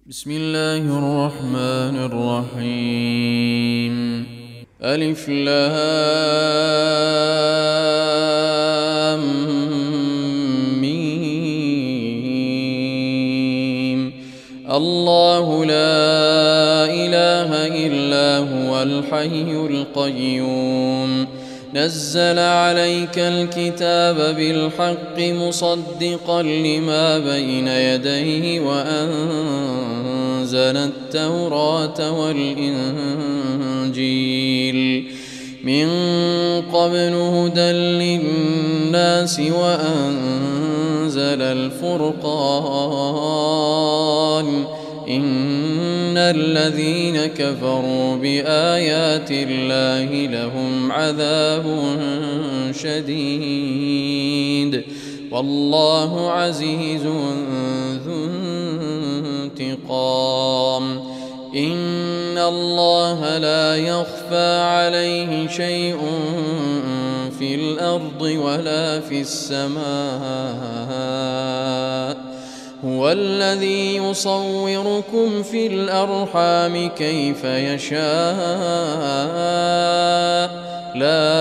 بسم الله الرحمن الرحيم. ألف لام ميم. الله لا إله إلا هو الحي القيوم نزل عليك الكتاب بالحق مصدقا لما بين يديه وأنزل التوراة والإنجيل من قبل هدى للناس وأنزل الفرقان إن الذين كفروا بآيات الله لهم عذاب شديد والله عزيز ذو انتقام. إن الله لا يخفى عليه شيء في الأرض ولا في السماء هو الذي يصوركم في الأرحام كيف يشاء لا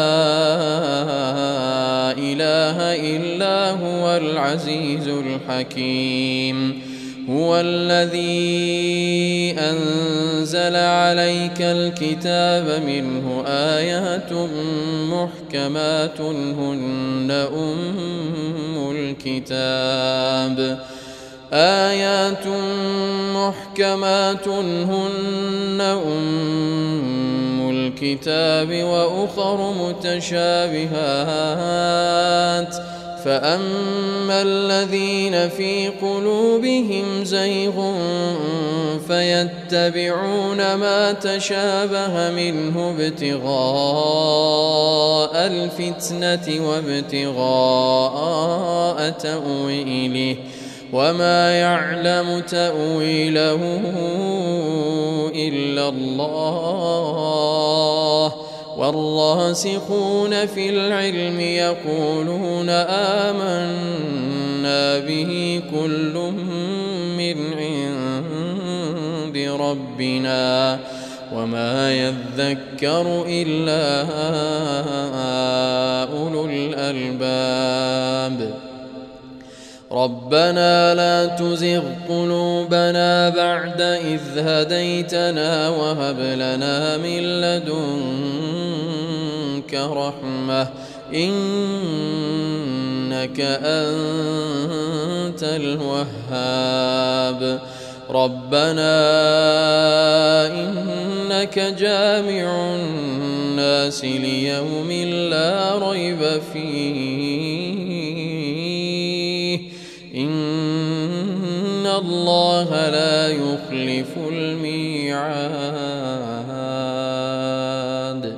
إله إلا هو العزيز الحكيم. هو الذي أنزل عليك الكتاب منه آيات محكمات هن أم الكتاب آيات محكمات هن أم الكتاب وأخر متشابهات فأما الذين في قلوبهم زيغ فيتبعون ما تشابه منه ابتغاء الفتنة وابتغاء تأويله وما يعلم تأويله إلا الله والراسخون في العلم يقولون آمنا به كل من عند ربنا وما يذكر إلا أولو الألباب. ربنا لا تزغ قلوبنا بعد إذ هديتنا وهب لنا من لدنك رحمة إنك أنت الوهاب. ربنا إنك جامع الناس ليوم لا ريب فيه إن الله لا يخلف الميعاد.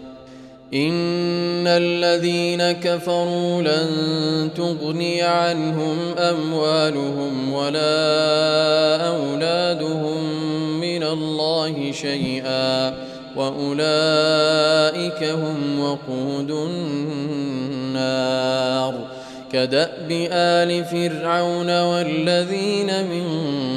إن الذين كفروا لن تغني عنهم أموالهم ولا أولادهم من الله شيئا وأولئك هم وقود النار. كدأب آل فرعون والذين من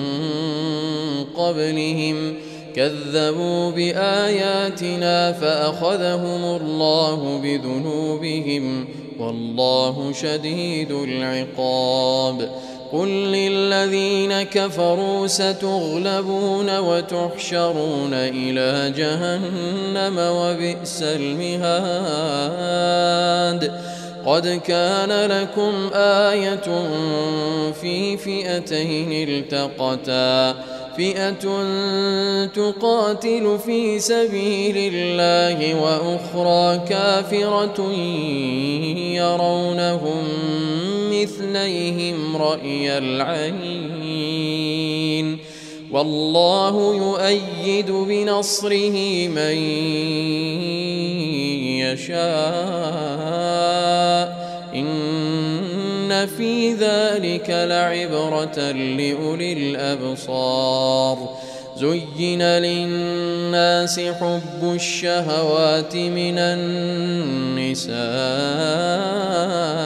قبلهم كذبوا بآياتنا فأخذهم الله بذنوبهم والله شديد العقاب. قل للذين كفروا ستغلبون وتحشرون إلى جهنم وبئس المهاد. قد كان لكم آية في فئتين التقتا فئة تقاتل في سبيل الله وأخرى كافرة يرونهم مثليهم رأي العين والله يؤيد بنصره من يشاء إن في ذلك لعبرة لأولي الأبصار. زين للناس حب الشهوات من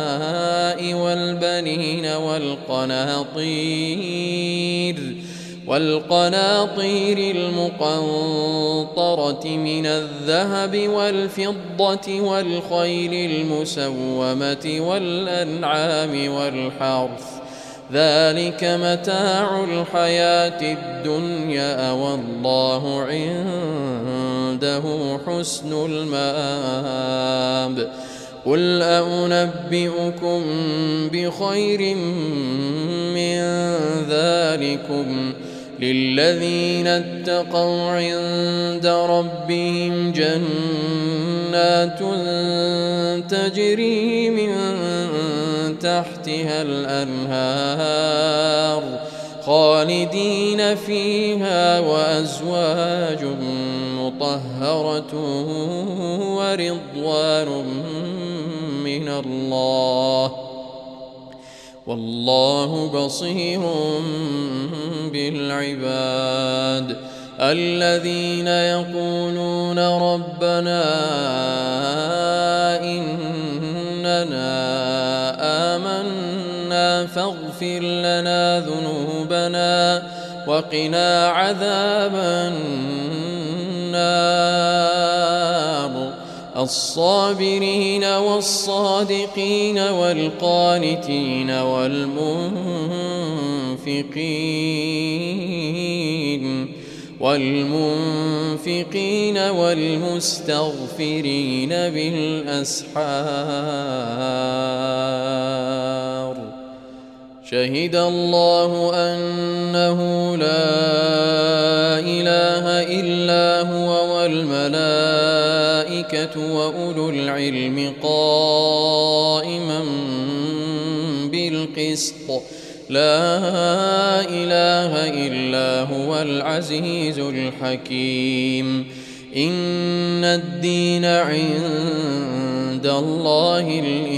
النساء والبنين والقناطير والقناطير المقنطرة من الذهب والفضة والخيل المسومة والأنعام والحرث ذلك متاع الحياة الدنيا والله عنده حسن المآب قل أنبئكم بخير من ذلكم للذين اتقوا عند ربهم جنات تجري من تحتها الأنهار خالدين فيها وأزواج مطهرة ورضوان من الله والله بصير بالعباد الذين يقولون ربنا إننا آمنا فاغفر لنا ذنوبنا وقنا عذاب النار الصابرين والصادقين والقانتين والمنفقين والمستغفرين بالأسحار شهد الله أنه لا إله إلا هو والملائكة وأولو العلم قائما بالقسط لا إله إلا هو العزيز الحكيم إن الدين عند الله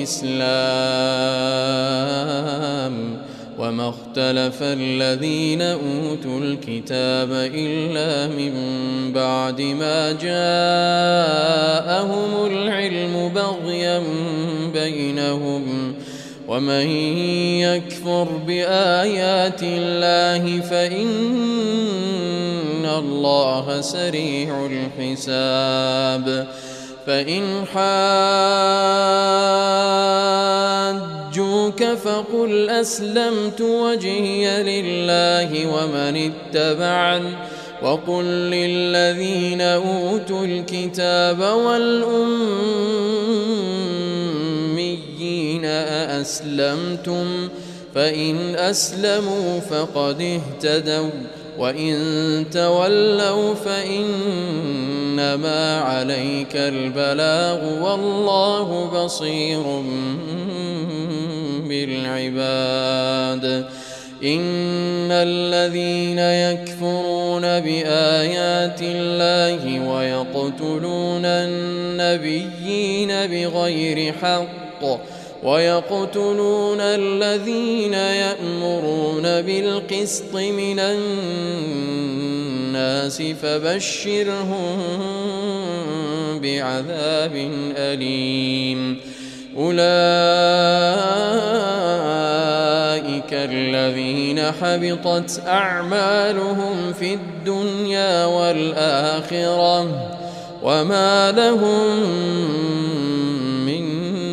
الإسلام وما اختلف الذين أوتوا الكتاب إلا من بعد ما جاءهم العلم بغيا بينهم ومن يكفر بآيات الله فإن الله سريع الحساب فإن حاجوك فقل أسلمت وجهي لله ومن اتبعني وقل للذين أوتوا الكتاب والأميين أأسلمتم فإن أسلموا فقد اهتدوا وإن تولوا فإنما عليك البلاغ والله بصير بالعباد إن الذين يكفرون بآيات الله ويقتلون النبيين بغير حق ويقتلون الذين يأمرون بالقسط من الناس فبشرهم بعذاب أليم أولئك الذين حبطت أعمالهم في الدنيا والآخرة وما لهم من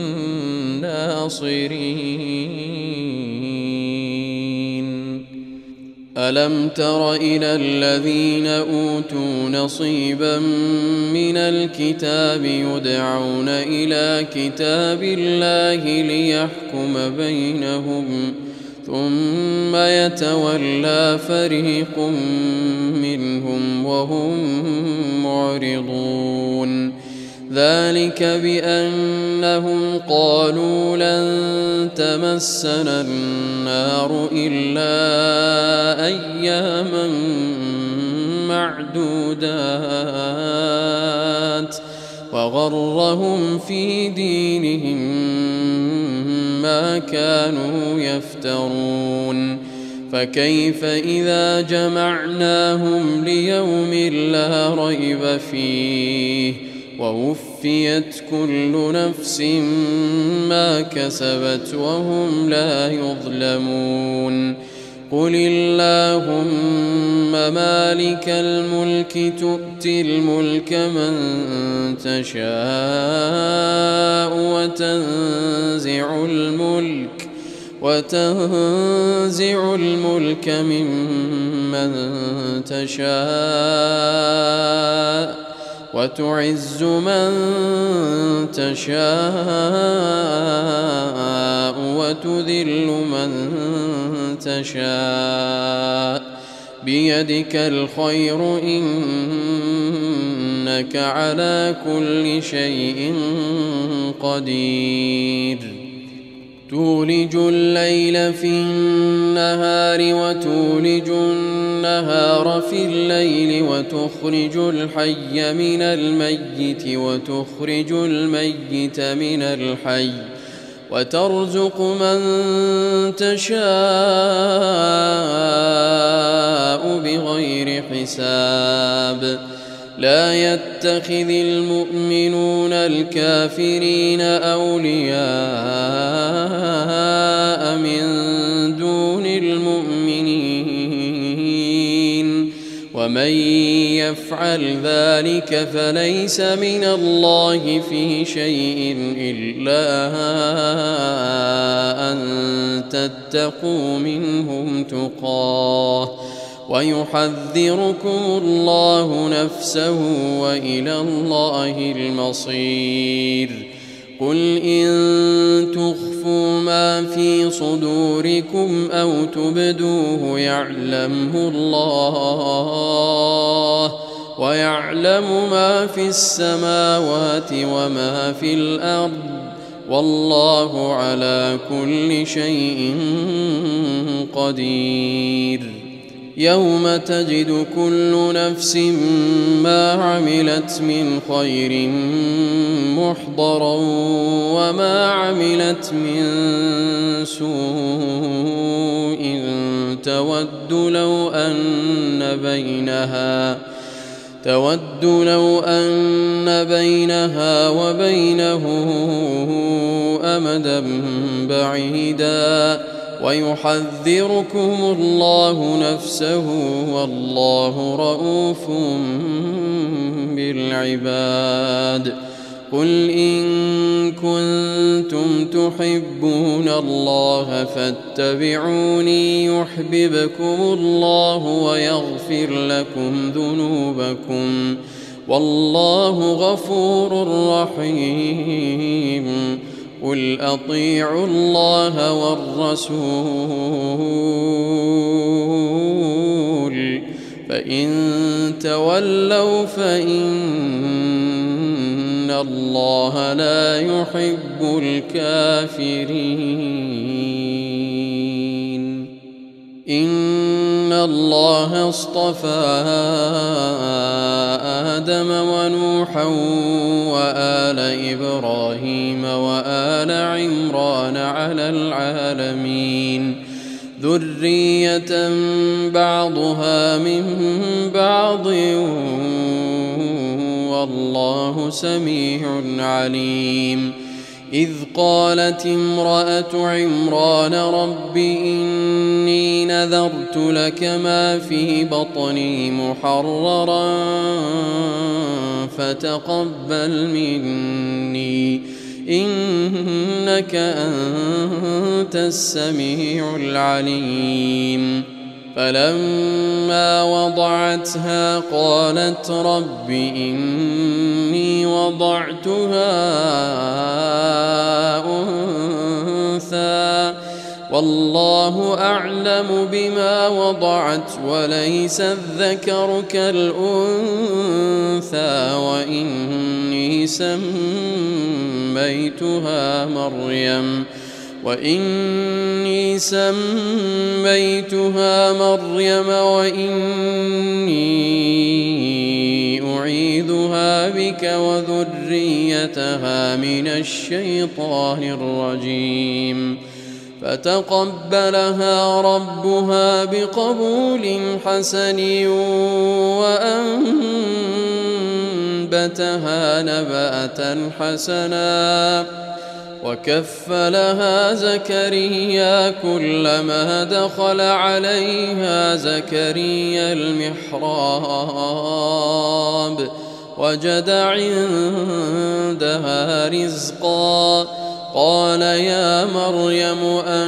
ناصرين ألم تر إلى الذين أوتوا نصيبا من الكتاب يدعون إلى كتاب الله ليحكم بينهم ثم يتولى فريق منهم وهم معرضون ذلك بأنهم قالوا لن تمسنا النار إلا أياما معدودات وغرهم في دينهم ما كانوا يفترون فكيف إذا جمعناهم ليوم لا ريب فيه ووفيت كل نفس ما كسبت وهم لا يظلمون قل اللهم مالك الملك تؤتي الملك من تشاء وتنزع الملك ممن تشاء وتعز من تشاء وتذل من تشاء بيدك الخير إنك على كل شيء قدير تولج الليل في النهار وتولج النهار في الليل وتخرج الحي من الميت وتخرج الميت من الحي وترزق من تشاء بغير حساب لا يتخذ المؤمنون الكافرين أولياء من دون المؤمنين ومن يفعل ذلك فليس من الله في شيء إلا أن تتقوا منهم تقاه ويحذركم الله نفسه وإلى الله المصير قل إن تخفوا ما في صدوركم أو تبدوه يعلمه الله ويعلم ما في السماوات وما في الأرض والله على كل شيء قدير يوم تجد كل نفس ما عملت من خير محضرا وما عملت من سوء تود لو أن بينها وبينه أمدا بعيدا ويحذركم الله نفسه والله رءوف بالعباد قل إن كنتم تحبون الله فاتبعوني يحببكم الله ويغفر لكم ذنوبكم والله غفور رحيم قل أطيعوا الله والرسول فإن تولوا فإن الله لا يحب الكافرين إن الله اصطفى آدم ونوحا وآل إبراهيم وآل عمران على العالمين ذرية بعضها من بعض والله سميع عليم إذ قالت امرأة عمران رب إني نذرت لك ما في بطني محررا فتقبل مني إنك أنت السميع العليم فلما وضعتها قالت رب إني وضعتها أنثى والله أعلم بما وضعت وليس الذكر كالأنثى وإني سميتها مريم وإني أعيذها بك وذريتها من الشيطان الرجيم فتقبلها ربها بقبول حسن وأنبتها نباتا حسنا وكفلها زكريا كلما دخل عليها زكريا المحراب وجد عندها رزقا قال يا مريم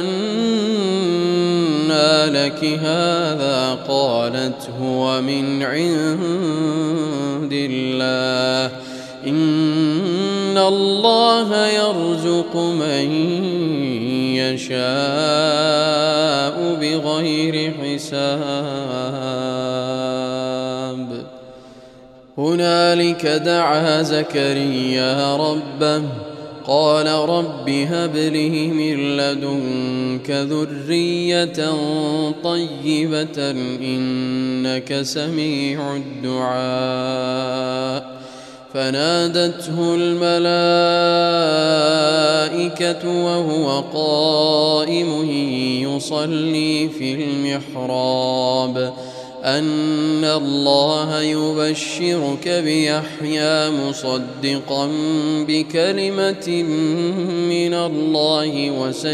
أنى لك هذا قالت هو من عند الله إن الله يرزق من يشاء بغير حساب هنالك دعا زكريا ربه قال رب هب لي من لدنك ذرية طيبة إنك سميع الدعاء فنادته الملائكة وهو قائم يصلي في المحراب أن الله يبشرك بيحيى مصدقا بكلمة من الله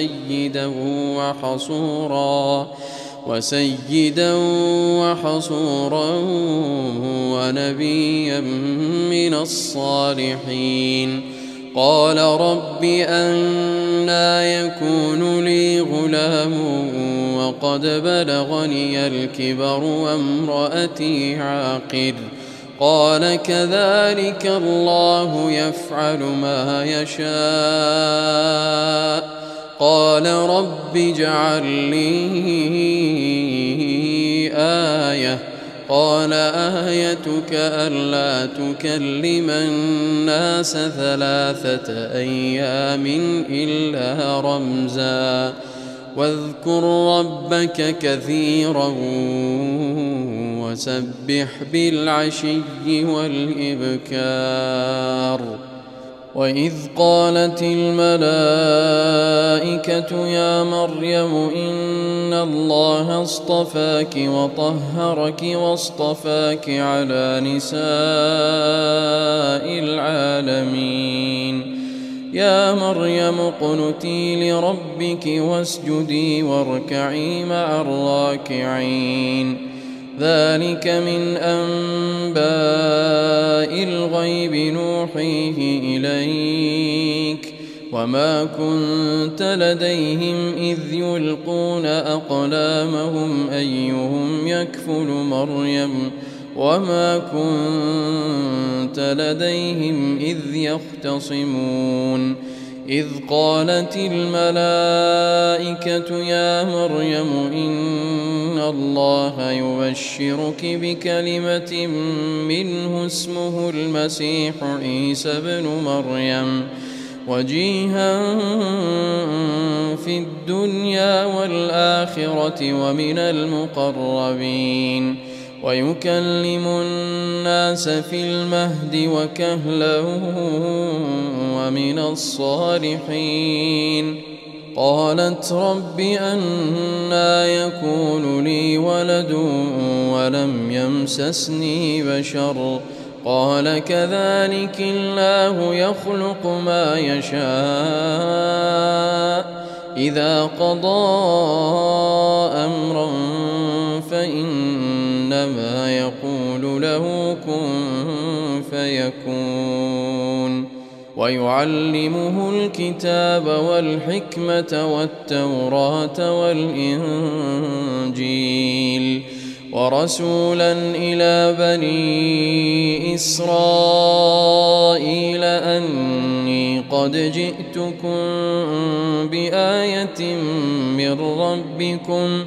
وسيدا وحصورا ونبيا من الصالحين قال رب أنى يكون لي غلام وقد بلغني الكبر وامرأتي عاقر قال كذلك الله يفعل ما يشاء قال رب اجعل لي آية قال آيتك ألا تكلم الناس 3 أيام إلا رمزا واذكر ربك كثيرا وسبح بالعشي والإبكار وإذ قالت الملائكة يا مريم إن الله اصطفاك وطهرك واصطفاك على نساء العالمين يا مريم اقنتي لربك واسجدي واركعي مع الراكعين ذلك من أنباء الغيب نوحيه إليك وما كنت لديهم إذ يلقون أقلامهم أيهم يكفل مريم وما كنت لديهم إذ يختصمون إذ قالت الملائكة يا مريم إن الله يبشرك بكلمة منه اسمه المسيح عيسى ابن مريم وجيها في الدنيا والآخرة ومن المقربين ويكلم الناس في المهد وكهلا ومن الصالحين قالت رب أنى يكون لي ولد ولم يمسسني بشر قال كذلك الله يخلق ما يشاء إذا قضى أمرا فإنما يقول له كن فيكون ويعلمه الكتاب والحكمة والتوراة والإنجيل ورسولا إلى بني إسرائيل أني قد جئتكم بآية من ربكم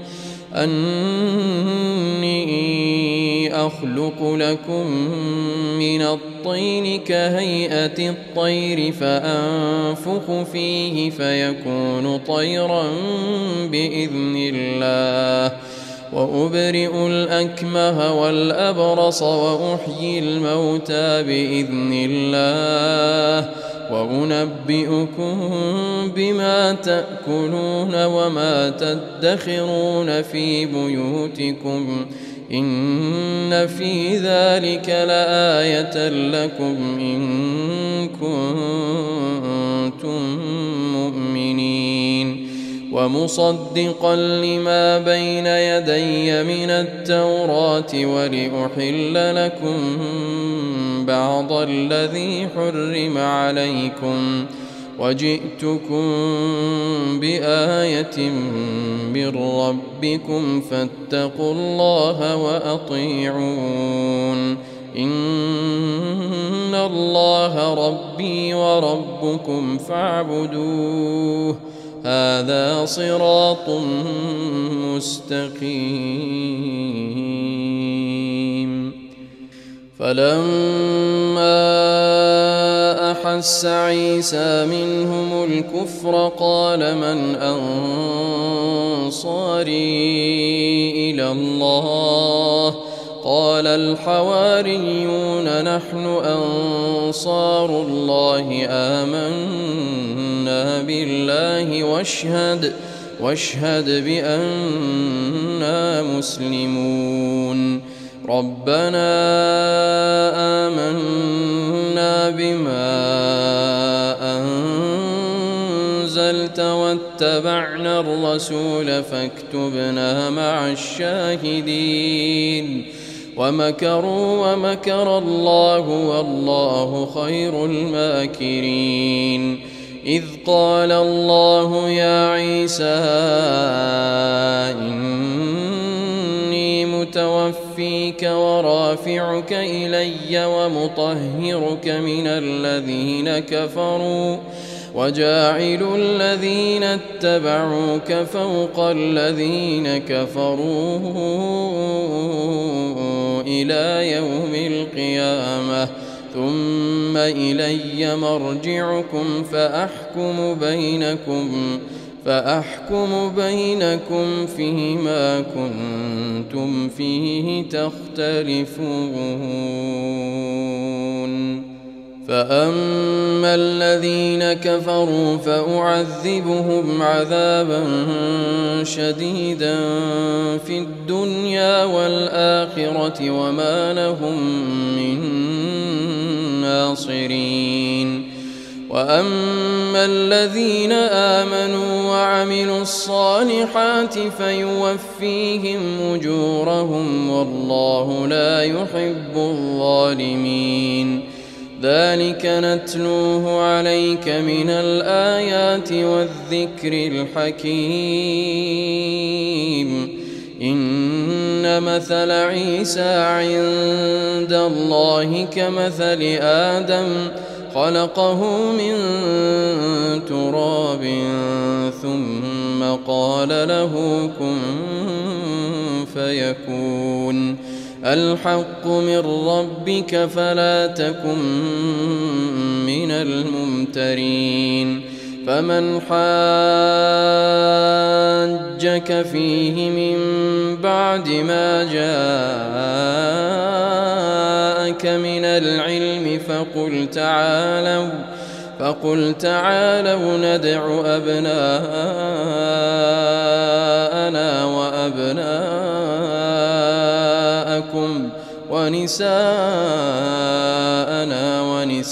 أني أخلق لكم من الطين كهيئة الطير فأنفخ فيه فيكون طيرا بإذن الله وأبرئ الأكمه والأبرص وأحيي الموتى بإذن الله وأنبئكم بما تأكلون وما تدخرون في بيوتكم إن في ذلك لآية لكم إن كنتم ومصدقا لما بين يدي من التوراة ولأحل لكم بعض الذي حرم عليكم وجئتكم بآية من ربكم فاتقوا الله وأطيعون إن الله ربي وربكم فاعبدوه هذا صراط مستقيم. فلما أحس عيسى منهم الكفر قال من أنصاري إلى الله قال الحواريون نحن أنصار الله آمنا بالله واشهد بأننا مسلمون. ربنا آمنا بما أنزلت واتبعنا الرسول فاكتبنا مع الشاهدين. ومكروا ومكر الله والله خير الماكرين. إذ قال الله يا عيسى إني متوفيك ورافعك إلي ومطهرك من الذين كفروا وجاعل الذين اتبعوك فوق الذين كفروا إلى يوم القيامة ثم إلي مرجعكم فأحكم بينكم فيما كنتم فيه تختلفون. فأما الذين كفروا فأعذبهم عذابا شديدا في الدنيا والآخرة وما لهم من ناصرين. وأما الذين آمنوا وعملوا الصالحات فيوفيهم أجورهم والله لا يحب الظالمين. ذلك نتلوه عليك من الآيات والذكر الحكيم. إن مثل عيسى عند الله كمثل آدم خلقه من تراب ثم قال له كن فيكون. الحق من ربك فلا تكن من الممترين. فمن حاجك فيه من بعد ما جاءك من العلم فقل تعالوا ندع أبناءنا وأبناءكم ونساءنا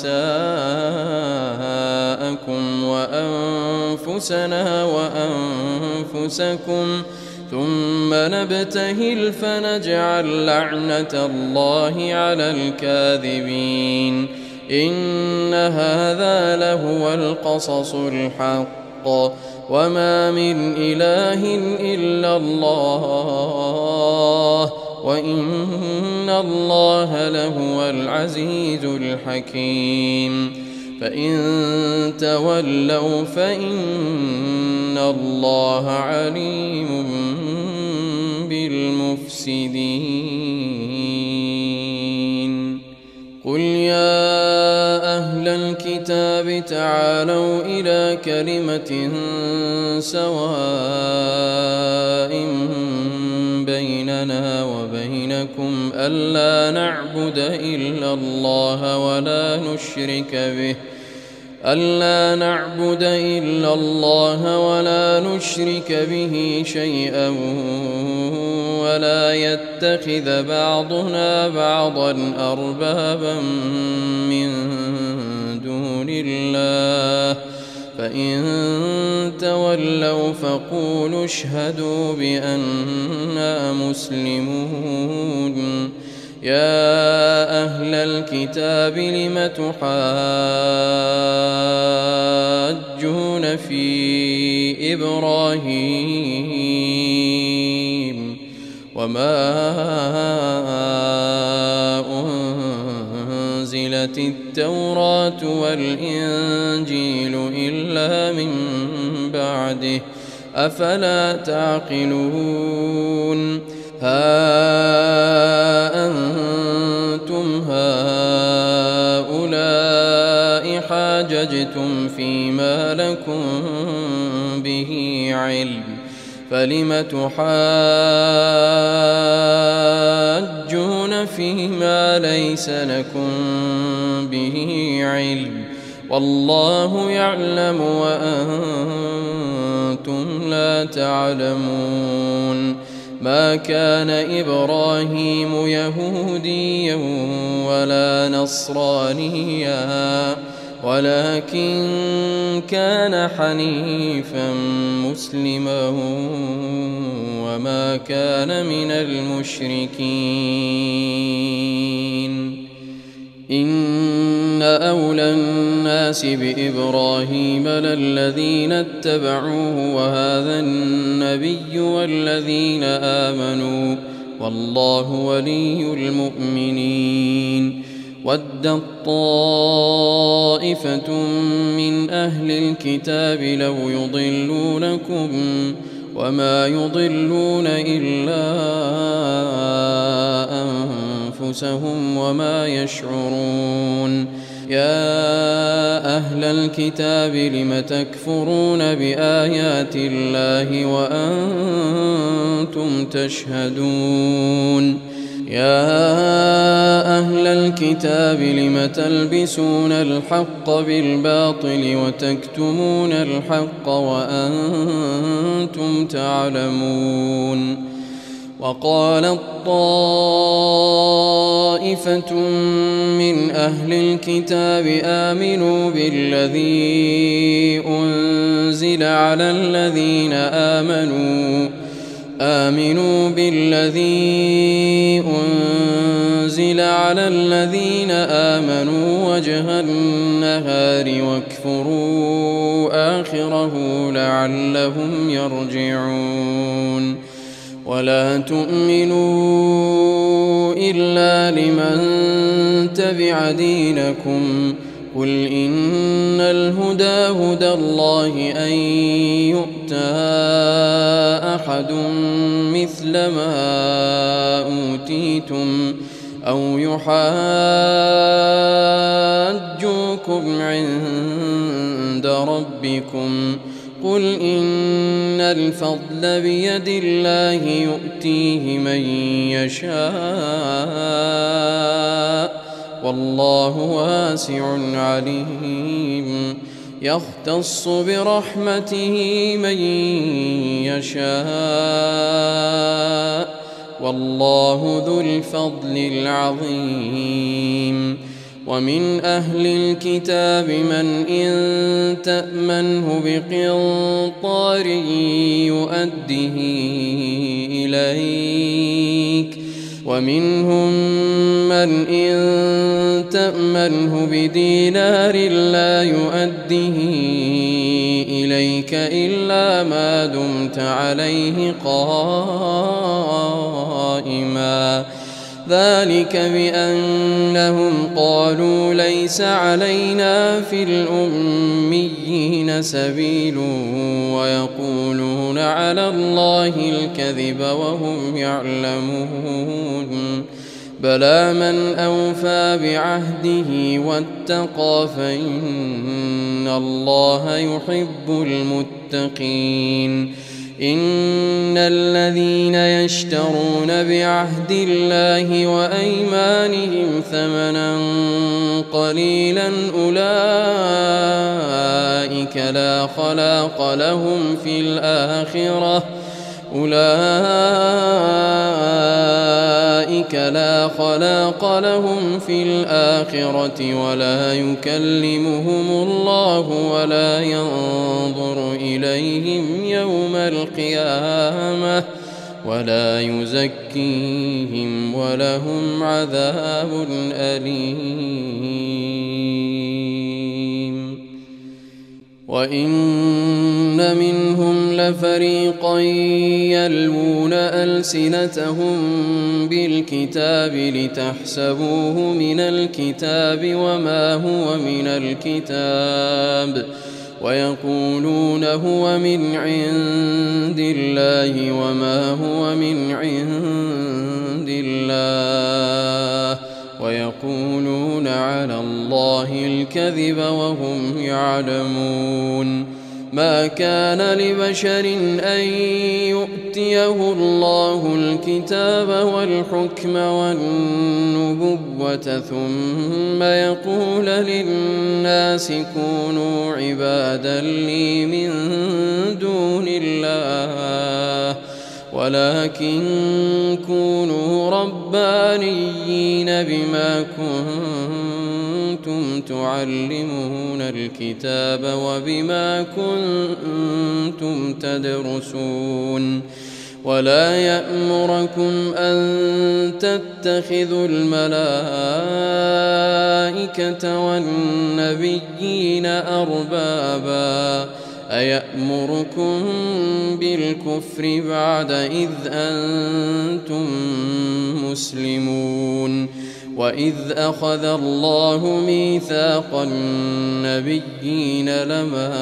ونساءكم وأنفسنا وأنفسكم ثم نبتهل فنجعل لعنة الله على الكاذبين. إن هذا لهو القصص الحق وما من إله إلا الله وإن الله لهو العزيز الحكيم. فإن تولوا فإن الله عليم بالمفسدين. قل يا أهل الكتاب تعالوا إلى كلمة سواء بيننا وبينكم ألا نعبد إلا الله ولا نشرك به شيئا ولا يتخذ بعضنا بعضا أربابا من دون الله فإن تولوا فقولوا اشهدوا بأننا مسلمون. يا أهل الكتاب لم تحاجون في إبراهيم وما أنزلت التوراة والإنجيل إلا من بعده أفلا تعقلون. ها أنتم هؤلاء حاججتم فيما لكم به علم فلم تحاجون فيما ليس لكم به علم والله يعلم وأنتم لا تعلمون. ما كان إبراهيم يهوديا ولا نصرانيا ولكن كان حنيفا مسلما وما كان من المشركين. إن أولى الناس بإبراهيم للذين اتبعوه وهذا النبي والذين آمنوا والله ولي المؤمنين. ودت طائفة من أهل الكتاب لو يضلونكم وما يضلون إلا أنفسهم وما يشعرون. يا أهل الكتاب لم تكفرون بآيات الله وأنتم تشهدون. يا أهل الكتاب لم تلبسون الحق بالباطل وتكتمون الحق وأنتم تعلمون. وقالت طائفة من أهل الكتاب آمنوا بالذي أنزل على الذين آمنوا وجه النهار واكفروا آخره لعلهم يرجعون. ولا تؤمنوا إلا لمن تبع دينكم قل إن الهدى هدى الله أن يؤتى أحد مثل ما أوتيتم أو يحاجوكم عند ربكم قل إن الفضل بيد الله يؤتيه من يشاء والله واسع عليم. يختص برحمته من يشاء والله ذو الفضل العظيم. ومن أهل الكتاب من إن تأمنه بقنطار يؤده إليك ومنهم من إن تأمنه بدينار لا يؤده إليك إلا ما دمت عليه قائما ذلك بأنهم قالوا ليس علينا في الأميين سبيل ويقولون على الله الكذب وهم يعلمون. بلى من أوفى بعهده واتقى فإن الله يحب المتقين. إن الذين يشترون بعهد الله وأيمانهم ثمنا قليلا أولئك لا خلاق لهم في الآخرة أولئك لا خلاق لهم في الآخرة ولا يكلمهم الله ولا ينظر إليهم يوم القيامة ولا يزكيهم ولهم عذاب أليم. وإن منهم لفريقا يلوون ألسنتهم بالكتاب لتحسبوه من الكتاب وما هو من الكتاب ويقولون هو من عند الله وما هو من عند الله ويقولون على الله الكذب وهم يعلمون. ما كان لبشر أن يؤتيه الله الكتاب والحكم والنبوة ثم يقول للناس كونوا عبادا لي من دون الله ولكن كونوا ربانيين بما كنتم تعلمون الكتاب وبما كنتم تدرسون. ولا يأمركم أن تتخذوا الملائكة والنبيين أربابا أيأمركم بالكفر بعد إذ أنتم مسلمون. وإذ أخذ الله ميثاق النبيين لما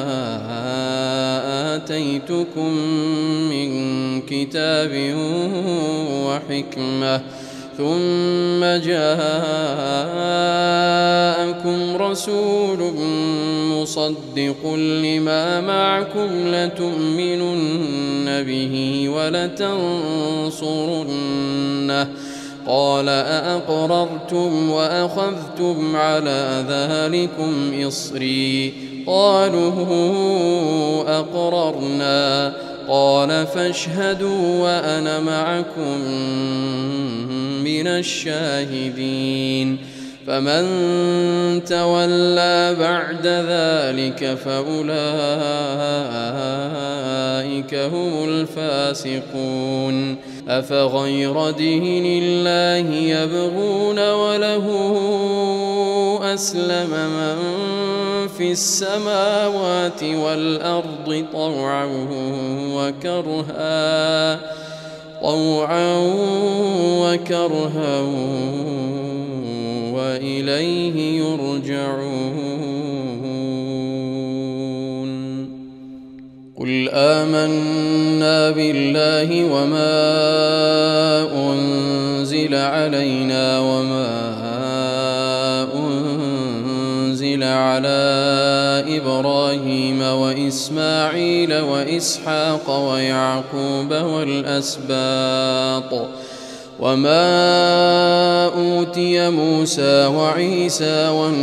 آتيتكم من كتاب وحكمة ثم جاءكم رسول مصدق لما معكم لتؤمنن به ولتنصرنه قال أأقررتم وأخذتم على ذلكم إصري قالوا أقررنا قال فاشهدوا وأنا معكم من الشاهدين. فمن تولى بعد ذلك فأولئك هم الفاسقون. أفغير دين الله يبغون وله أسلم من في السماوات والأرض طوعا وكرها وإليه يرجعون. قل آمنا بالله وما أنزل علينا وما أنزل على إبراهيم وإسماعيل وإسحاق ويعقوب والأسباط وما أوتي موسى وعيسى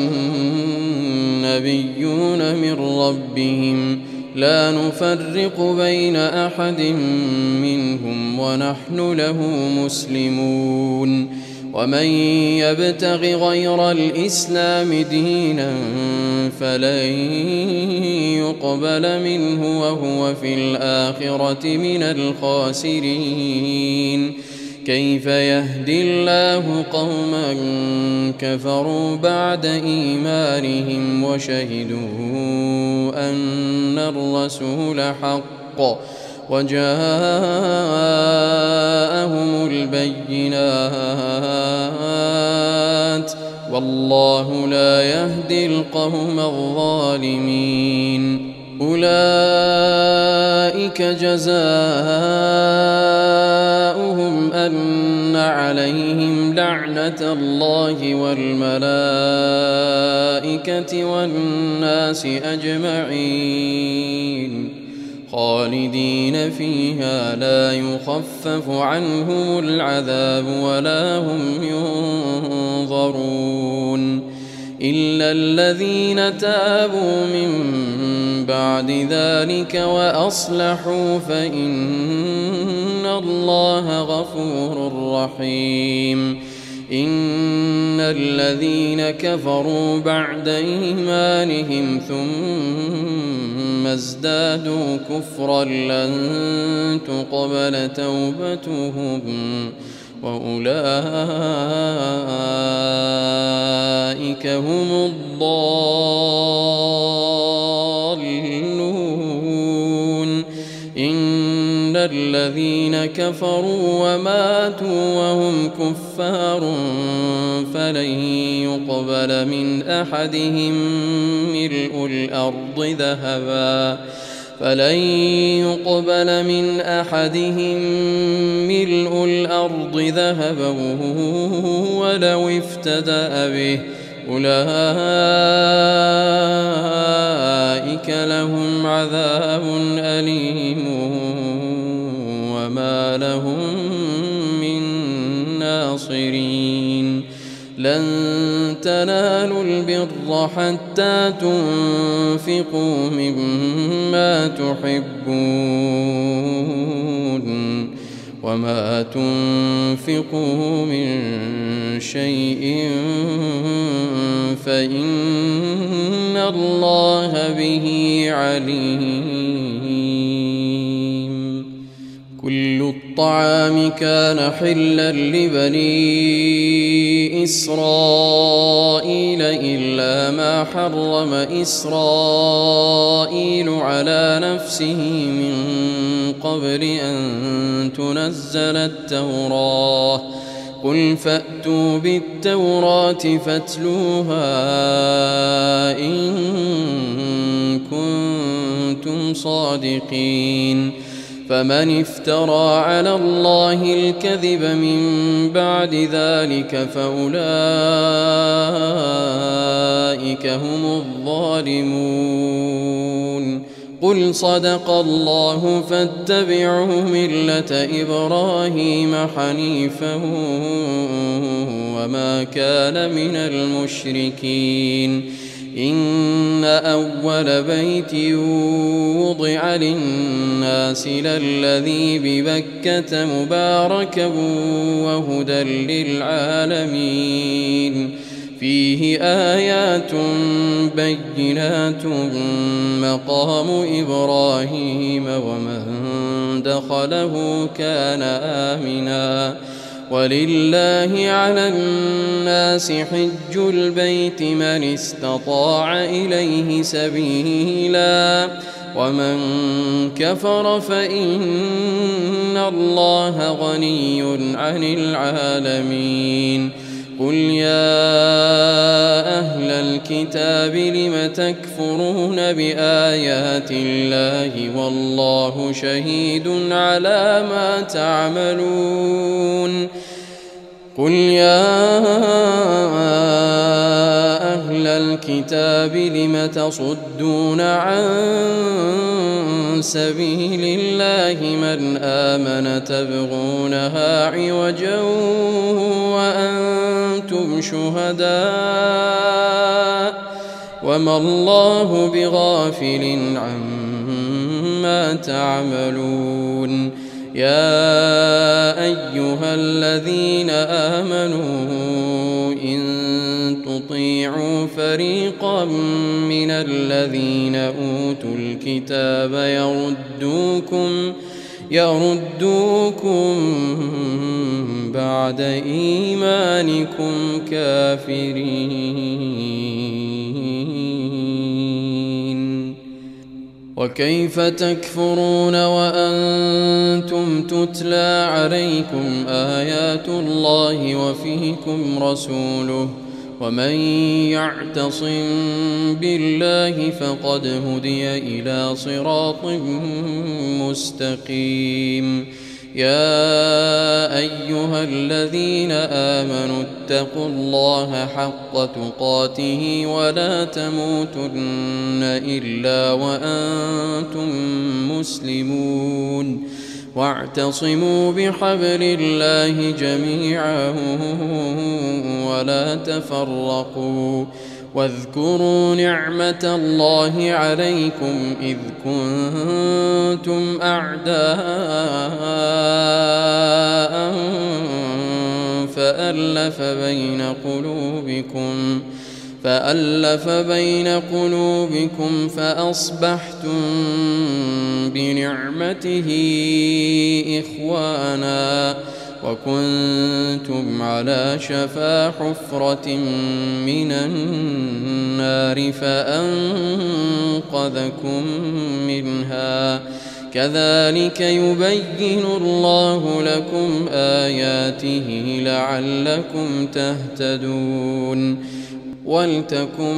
والنبيون من ربهم لا نفرق بين أحد منهم ونحن له مسلمون. ومن يبتغ غير الإسلام دينا فلن يقبل منه وهو في الآخرة من الخاسرين. كيف يهدي الله قوما كفروا بعد إيمانهم وشهدوا أن الرسول حق وجاءهم البينات والله لا يهدي القوم الظالمين. أولئك جزاؤهم أن عليهم لعنة الله والملائكة والناس أجمعين خالدين فيها لا يخفف عنهم العذاب ولا هم ينظرون إلا الذين تابوا من بعد ذلك وأصلحوا فإن الله غفور رحيم إن الذين كفروا بعد إيمانهم ثم ازدادوا كفرا لن تقبل توبتهم وأولئك هم الضالون إن الذين كفروا وماتوا وهم كفار فلن يقبل من أحدهم ملء الأرض ذهبا ولو افتدأ به أولئك لهم عذاب أليم وما لهم من ناصرين لن تنالوا البر حتى تنفقوا مما تحبون وما تنفقوا من شيء فإن الله به عليم كل الطعام كان حلا لبني إسرائيل إلا ما حرم إسرائيل على نفسه من قبل أن تنزل التوراة قل فأتوا بالتوراة فاتلوها إن كنتم صادقين فمن افترى على الله الكذب من بعد ذلك فأولئك هم الظالمون قل صدق الله فاتبعوا ملة إبراهيم حنيفا وما كان من المشركين إن أول بيت وضع للناس للذي ببكة مباركا وهدى للعالمين فيه آيات بينات مقام إبراهيم ومن دخله كان آمنا ولله على الناس حج البيت من استطاع إليه سبيلا ومن كفر فإن الله غني عن العالمين قل يا أهل الكتاب لم تكفرون بآيات الله والله شهيد على ما تعملون قل يا أهل الكتاب لم تصدون عن سبيل الله من آمن تبغونها عوجا وأنتم شهداء وما الله بغافل عما تعملون يا أيها الذين آمنوا إن تطيعوا فريقا من الذين أوتوا الكتاب يردوكم بعد إيمانكم كافرين وكيف تكفرون وأنتم تتلى عليكم آيات الله وفيكم رسوله ومن يعتصم بالله فقد هدي إلى صراط مستقيم يا أيها الذين آمنوا اتقوا الله حق تقاته ولا تموتن إلا وأنتم مسلمون واعتصموا بحبل الله جميعا ولا تفرقوا واذكروا نعمة الله عليكم إذ كنتم أعداء فألف بين قلوبكم فأصبحتم بنعمته إخوانا وكنتم على شفا حفرة من النار فأنقذكم منها كذلك يبين الله لكم آياته لعلكم تهتدون ولتكن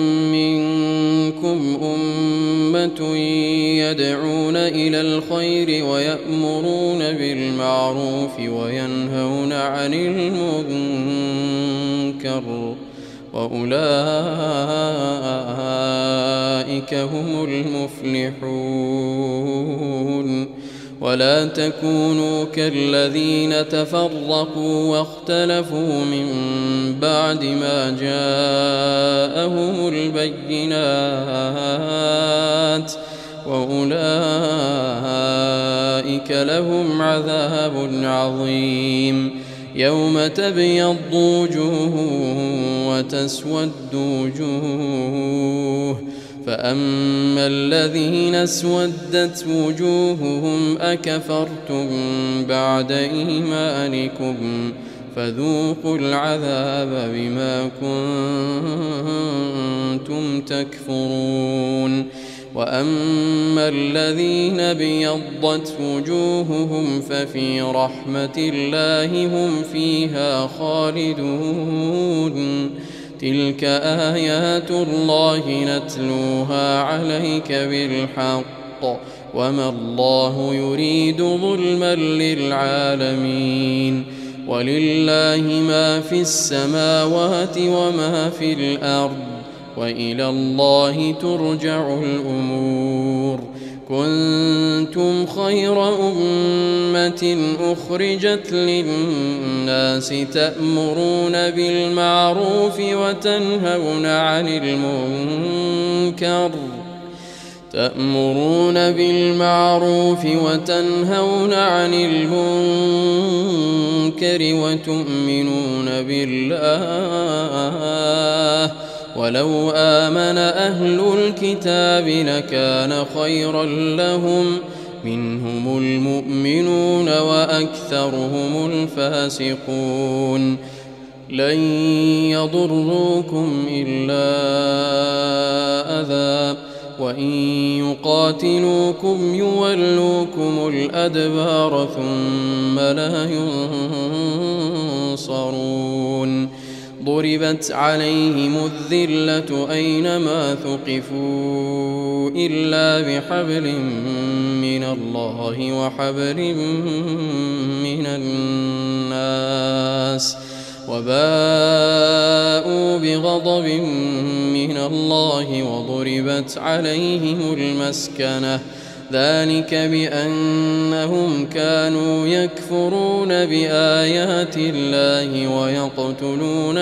منكم أمة يدعون إلى الخير ويأمرون بالمعروف وينهون عن المنكر وأولئك هم المفلحون ولا تكونوا كالذين تفرقوا واختلفوا من بعد ما جاءهم البينات وأولئك لهم عذاب عظيم يوم تبيض وجوه وتسود وجوه فأما الذين اسودت وجوههم أكفرتم بعد إيمانكم فذوقوا العذاب بما كنتم تكفرون وأما الذين ابيضت وجوههم ففي رحمة الله هم فيها خالدون تلك آيات الله نتلوها عليك بالحق وما الله يريد ظلما للعالمين ولله ما في السماوات وما في الأرض وإلى الله ترجع الأمور كنتم خير أمة أخرجت للناس تأمرون بالمعروف وتنهون عن المنكر وتؤمنون بالله ولو آمن أهل الكتاب لكان خيرا لهم منهم المؤمنون وأكثرهم الفاسقون لن يضروكم إلا أذى وإن يقاتلوكم يولوكم الأدبار ثم لا ينصرون ضربت عليهم الذلة أينما ثقفوا إلا بحبل من الله وحبل من الناس وباءوا بغضب من الله وضربت عليهم المسكنة ذلك بأنهم كانوا يكفرون بآيات الله ويقتلون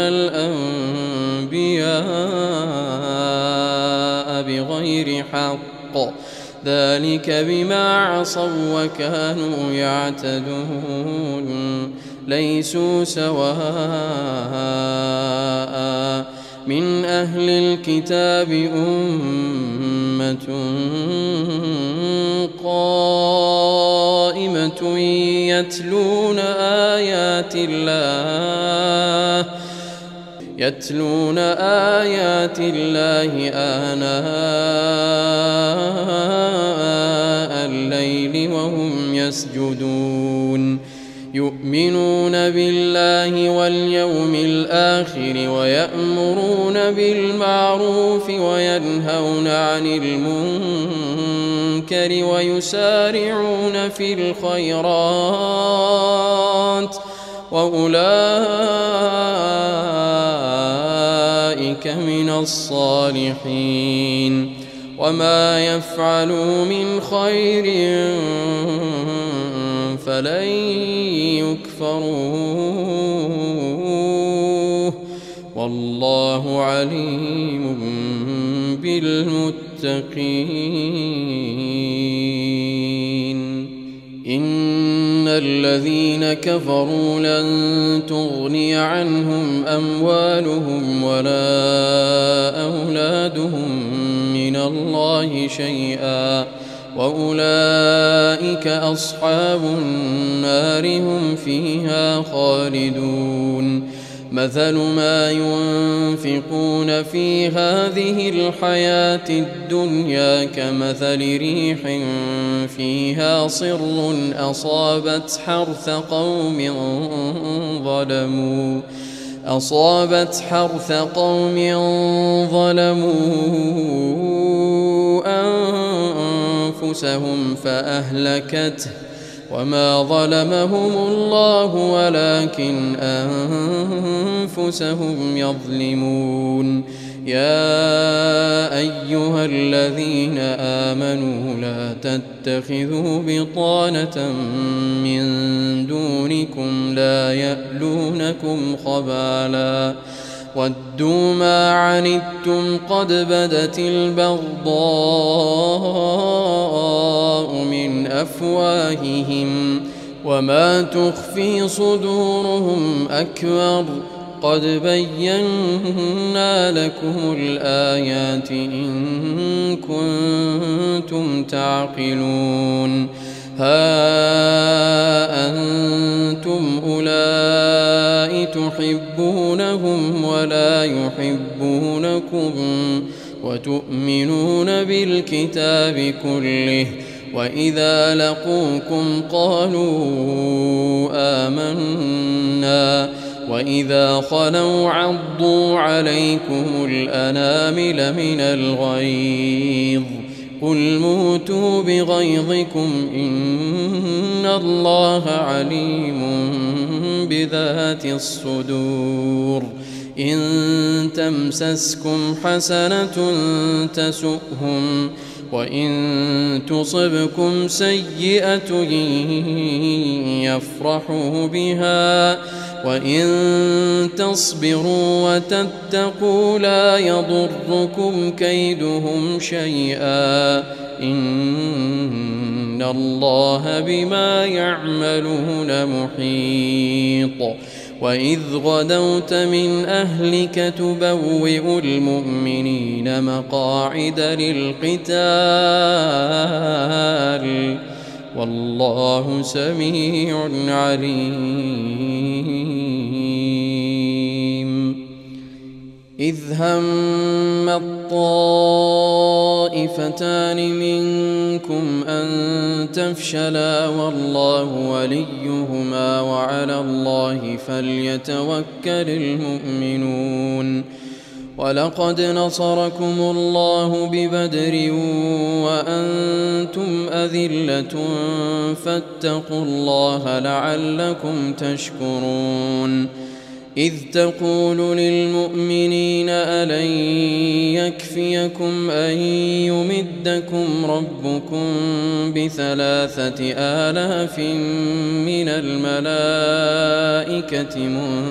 الأنبياء بغير حق ذلك بما عصوا وكانوا يعتدون ليسوا سواء من أهل الكتاب أمة قائمة يتلون آيات الله آناء الليل وهم يسجدون يؤمنون بالله واليوم الآخر ويأمرون بالمعروف وينهون عن المنكر ويسارعون في الخيرات وأولئك من الصالحين وما يفعلوا من خير فلن يكفروه والله عليم بالمتقين. إن الذين كفروا لن تغني عنهم أموالهم ولا أولادهم من الله شيئا وأولئك أصحاب النار هم فيها خالدون. مثل ما ينفقون في هذه الحياة الدنيا كمثل ريح فيها صر أصابت حرث قوم ظلموا أنفسهم فأهلكته وما ظلمهم الله ولكن أنفسهم يظلمون. يا أيها الذين آمنوا لا تتخذوا بطانة من دونكم لا يألونكم خبالا ودوا ما عنتم قد بدت البغضاء من أفواههم وما تخفي صدورهم أكبر قد بينا لكم الآيات إن كنتم تعقلون. ها أنتم أولئك تحبونهم ولا يحبونكم وتؤمنون بالكتاب كله وإذا لقوكم قالوا آمنا وإذا خلوا عضوا عليكم الأنامل من الغيظ قل موتوا بغيظكم إن الله عليم بذات الصدور. إن تمسسكم حسنة تسؤهم وإن تصبكم سيئة يفرحوا بها وإن تصبروا وتتقوا لا يضركم كيدهم شيئا إن الله بما يعملون محيط. وإذ غدوت من أهلك تبوئ المؤمنين مقاعد للقتال والله سميع عليم. إذ هم الطائفتان منكم أن تفشلا والله وليهما وعلى الله فليتوكل المؤمنون. ولقد نصركم الله ببدر وأنتم أذلة فاتقوا الله لعلكم تشكرون. إذ تقول للمؤمنين ألن يكفيكم أن يمدكم ربكم ب3,000 من الملائكة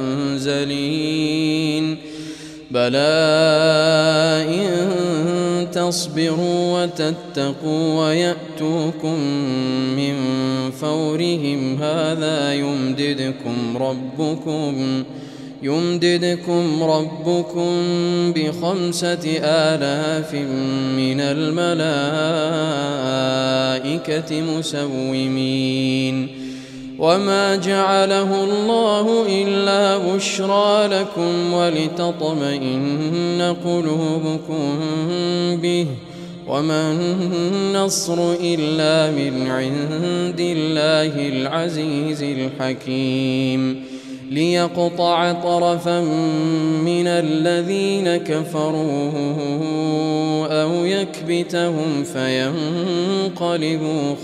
منزلين بلى إن تصبروا وتتقوا ويأتوكم من فورهم هذا يمددكم ربكم ب5,000 من الملائكة مسومين. وما جعله الله إلا بشرى لكم ولتطمئن قلوبكم به وما النصر إلا من عند الله العزيز الحكيم ليقطع طرفا من الذين كفروا أو يكبتهم فينقلبوا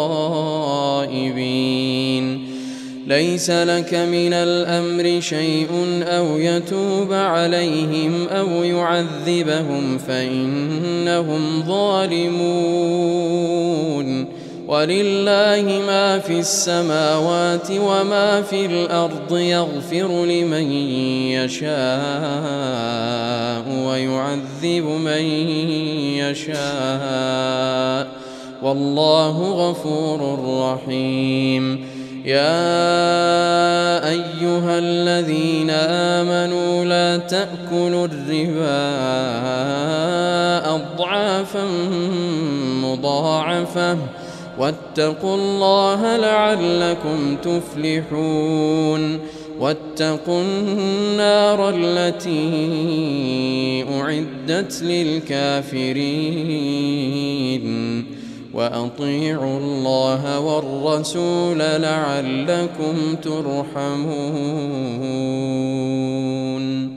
خائبين. ليس لك من الأمر شيء أو يتوب عليهم أو يعذبهم فإنهم ظالمون ولله ما في السماوات وما في الأرض يغفر لمن يشاء ويعذب من يشاء والله غفور رحيم. يا أيها الذين آمنوا لا تأكلوا الربا أضعافا مضاعفة واتقوا الله لعلكم تفلحون. واتقوا النار التي أعدت للكافرين وأطيعوا الله والرسول لعلكم ترحمون.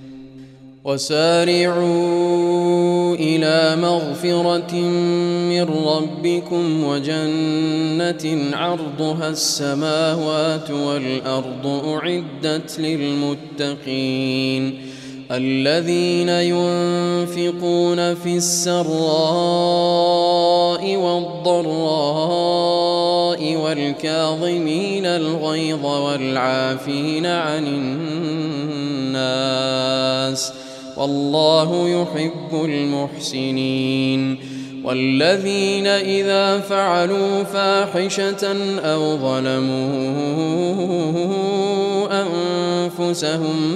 وسارعوا إلى مغفرة من ربكم وجنة عرضها السماوات والأرض أعدت للمتقين الذين ينفقون في السراء والضراء والكاظمين الغيظ والعافين عن الناس والله يحب المحسنين. والذين إذا فعلوا فاحشة أو ظلموا أنفسهم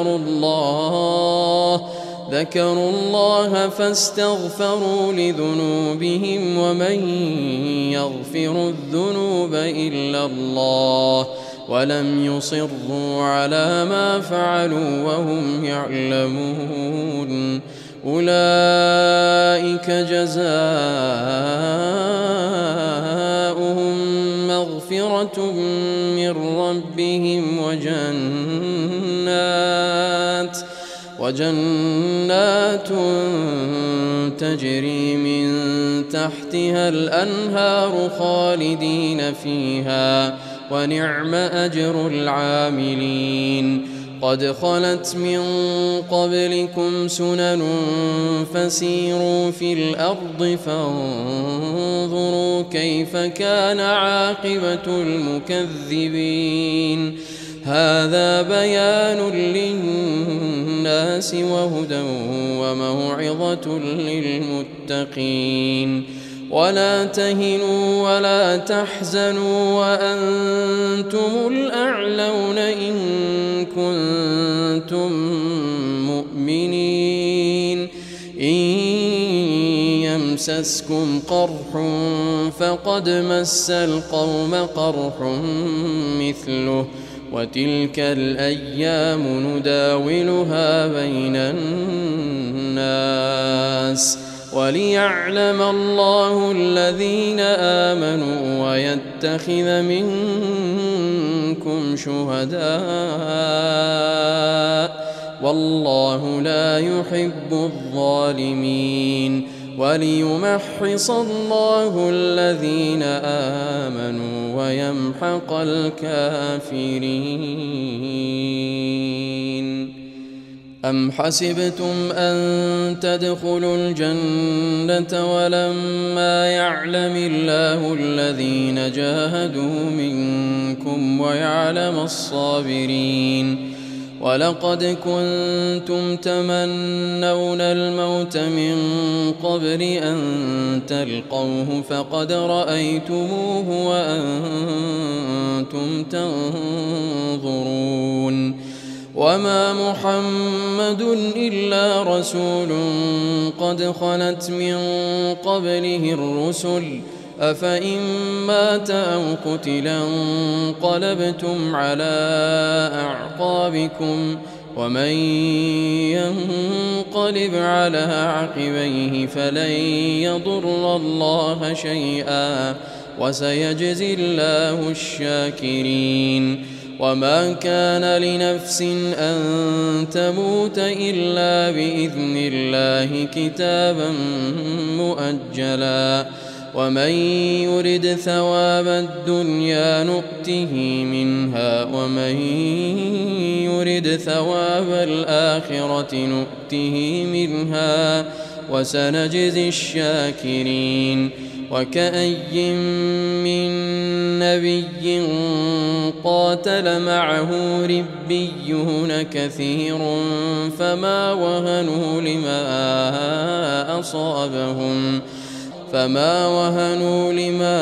ذكروا الله فاستغفروا لذنوبهم ومن يغفر الذنوب إلا الله ولم يصروا على ما فعلوا وهم يعلمون أولئك جزاؤهم مغفرة من ربهم وجنات تجري من تحتها الأنهار خالدين فيها ونعم أجر العاملين. قد خلت من قبلكم سنن فسيروا في الأرض فانظروا كيف كان عاقبة المكذبين. هذا بيان للناس وهدى وموعظة للمتقين. ولا تهنوا ولا تحزنوا وأنتم الأعلون إن كنتم مؤمنين. إن يمسسكم قرح فقد مس القوم قرح مثله وتلك الأيام نداولها بين الناس وليعلم الله الذين آمنوا ويتخذ منكم شهداء والله لا يحب الظالمين. وليمحص الله الذين آمنوا ويمحق الكافرين. أم حسبتم أن تدخلوا الجنة ولما يعلم الله الذين جاهدوا منكم ويعلم الصابرين. ولقد كنتم تمنون الموت من قبل أن تلقوه فقد رأيتموه وأنتم تنظرون. وما محمد إلا رسول قد خلت من قبله الرسل أفإن مات أو قتلا انقلبتم على أعقابكم ومن ينقلب على عقبيه فلن يضر الله شيئا وسيجزي الله الشاكرين. وما كان لنفس أن تموت إلا بإذن الله كتابا مؤجلا ومن يرد ثواب الدنيا نؤته منها ومن يرد ثواب الآخرة نؤته منها وسنجزي الشاكرين. وكأي من نبي قاتل معه ربيون كثير فما وهنوا لما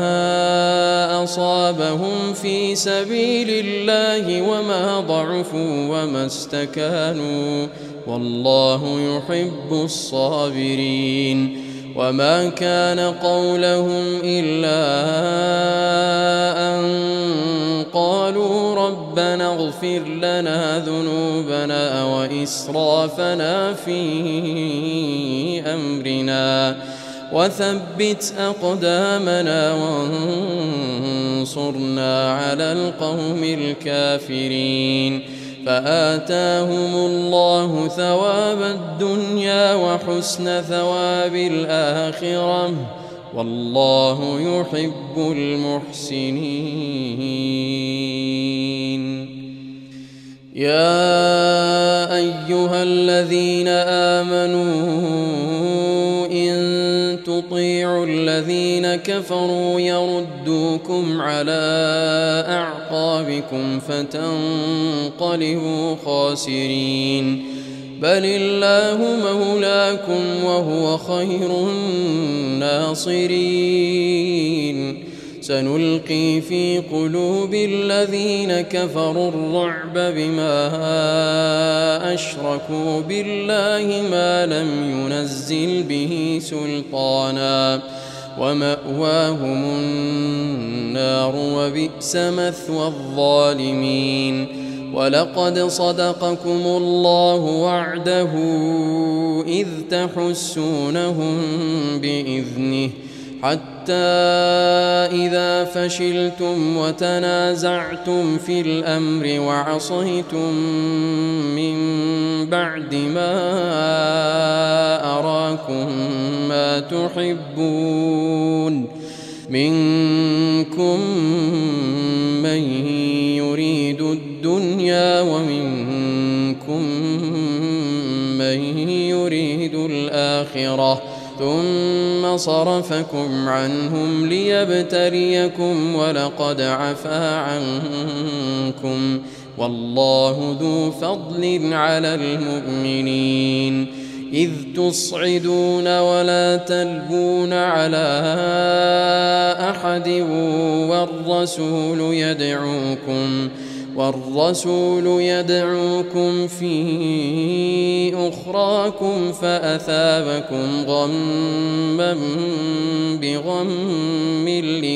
أصابهم في سبيل الله وما ضعفوا وما استكانوا والله يحب الصابرين وما كان قولهم إلا أن قالوا ربنا اغفر لنا ذنوبنا وإسرافنا في أمرنا وثبت أقدامنا وانصرنا على القوم الكافرين فآتاهم الله ثواب الدنيا وحسن ثواب الآخرة والله يحب المحسنين. يا أيها الذين آمنوا إن تطيعوا الذين كفروا يردوكم على أعقابكم فتنقلبوا خاسرين بل الله مولاكم وهو خير الناصرين. سنلقي في قلوب الذين كفروا الرعب بما أشركوا بالله ما لم ينزل به سلطانا ومأواهم النار وبئس مثوى الظالمين. ولقد صدقكم الله وعده إذ تحسونهم بإذنه حتى إذا فشلتم وتنازعتم في الأمر وعصيتم من بعد ما أراكم ما تحبون منكم من يريد الدنيا ومنكم من يريد الآخرة ثم صرفكم عنهم ليبتليكم ولقد عفا عنكم والله ذو فضل على المؤمنين. إذ تصعدون ولا تلبون على أحد والرسول يدعوكم في أخراكم فأثابكم غما بغم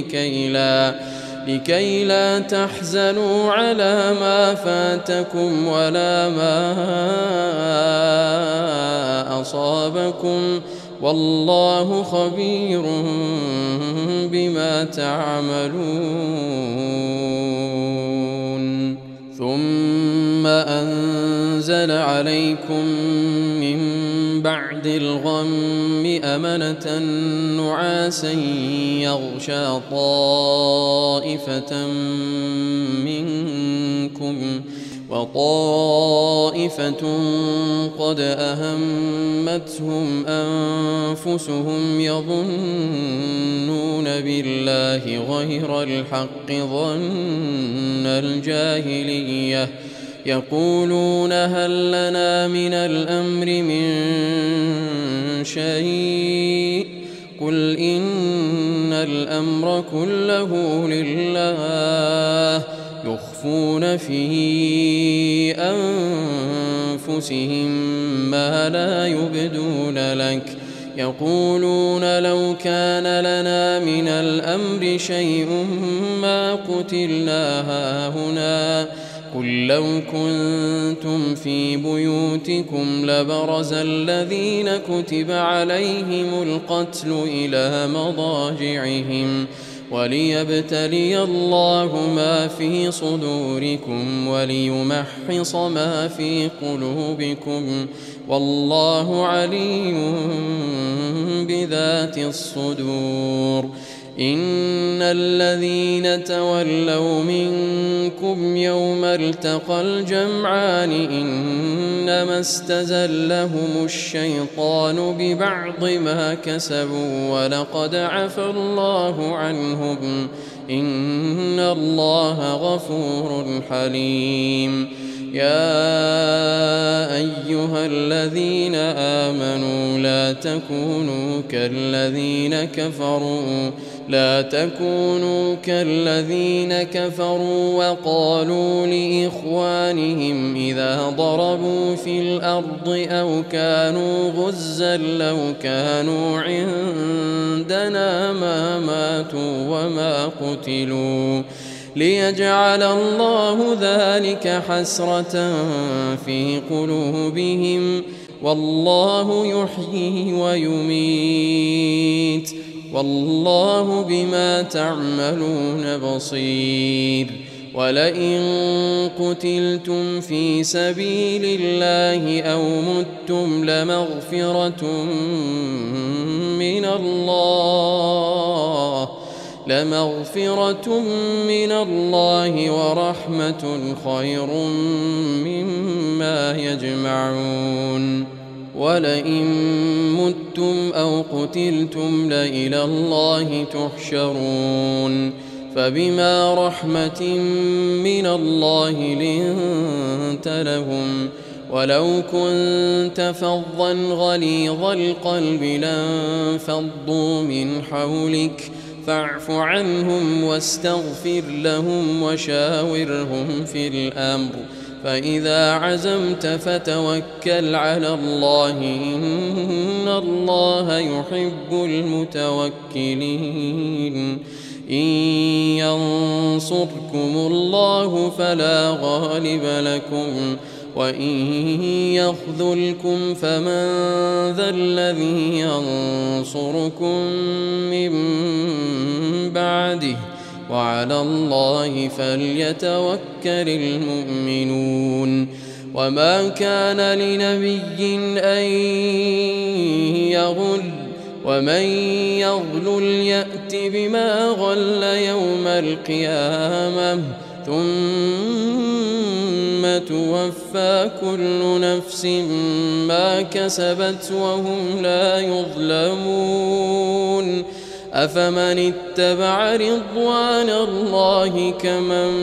لكي لا تحزنوا على ما فاتكم ولا ما أصابكم والله خبير بما تعملون. ثم أنزل عليكم من بعد الغم أمنة نعاسا يغشى طائفة منكم وطائفة قد أهمتهم أنفسهم يظنون بالله غير الحق ظن الجاهلية يقولون هل لنا من الأمر من شيء قل إن الأمر كله لله يخفون في أنفسهم ما لا يبدون لك يقولون لو كان لنا من الأمر شيء ما قتلنا هاهنا قل لو كنتم في بيوتكم لبرز الذين كتب عليهم القتل إلى مضاجعهم وليبتلي الله ما في صدوركم وليمحص ما في قلوبكم والله عليم بذات الصدور. إن الذين تولوا منكم يوم التقى الجمعان إنما استزلهم الشيطان ببعض ما كسبوا ولقد عفى الله عنهم إن الله غفور حليم. يا أيها الذين آمنوا لا تكونوا كالذين كفروا وقالوا لإخوانهم إذا ضربوا في الأرض أو كانوا غزا لو كانوا عندنا ما ماتوا وما قتلوا ليجعل الله ذلك حسرة في قلوبهم والله يحيي ويميت والله بما تعملون بصير. ولئن قتلتم في سبيل الله أو متم لمغفرة من الله ورحمة خير مما يجمعون. ولئن متم أو قتلتم لإلى الله تحشرون. فبما رحمة من الله لنت لهم ولو كنت فظا غليظ القلب لانفضوا من حولك فاعف عنهم واستغفر لهم وشاورهم في الأمر فإذا عزمت فتوكل على الله إن الله يحب المتوكلين. إن ينصركم الله فلا غالب لكم وإن يخذلكم فمن ذا الذي ينصركم من بعده وعلى الله فليتوكل المؤمنون. وما كان لنبي أن يغل ومن يغلل يأت بما غل يوم القيامة ثم توفى كل نفس ما كسبت وهم لا يظلمون. أفمن اتبع رضوان الله كمن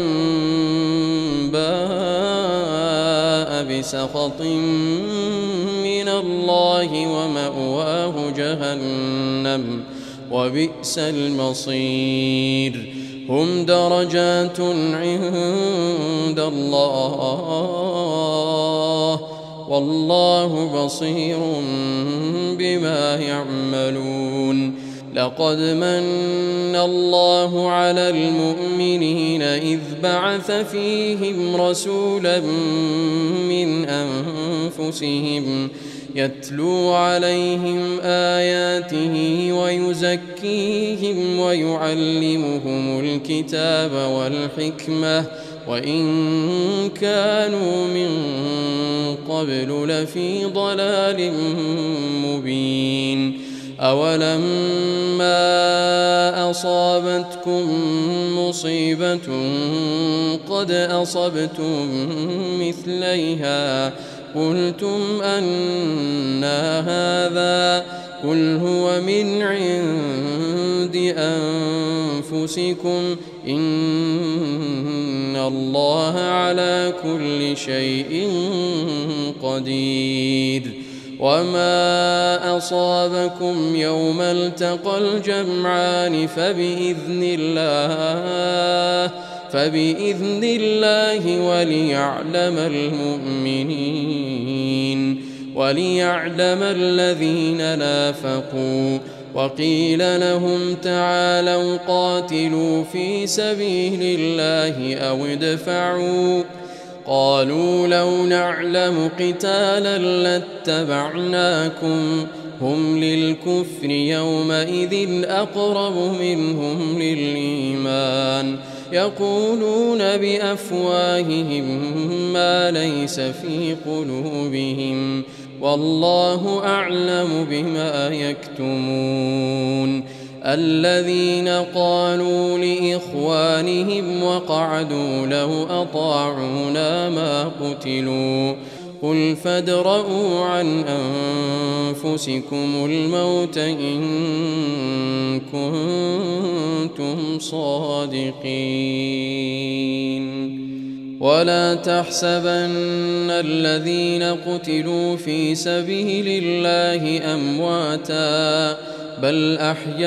باء بسخط من الله ومأواه جهنم وبئس المصير. هم درجات عند الله والله بصير بما يعملون. لقد من الله على المؤمنين إذ بعث فيهم رسولا من أنفسهم يتلو عليهم آياته ويزكيهم ويعلمهم الكتاب والحكمة وإن كانوا من قبل لفي ضلال مبين. أولما أصابتكم مصيبة قد أصبتم مثليها قلتم أنى هذا قل هو من عند أنفسكم إن الله على كل شيء قدير. وما أصابكم يوم التقى الجمعان فبإذن الله وليعلم الذين نافقوا. وقيل لهم تعالوا قاتلوا في سبيل الله أو ادفعوا قالوا لو نعلم قتالا لاتبعناكم هم للكفر يومئذ أقرب منهم للإيمان يقولون بأفواههم ما ليس في قلوبهم والله أعلم بما يكتمون. الذين قالوا لإخوانهم وقعدوا لو أطاعونا ما قتلوا قل فادرءوا عن أنفسكم الموت إن كنتم صادقين ولا تحسبن الذين قتلوا في سبيل الله أمواتا بل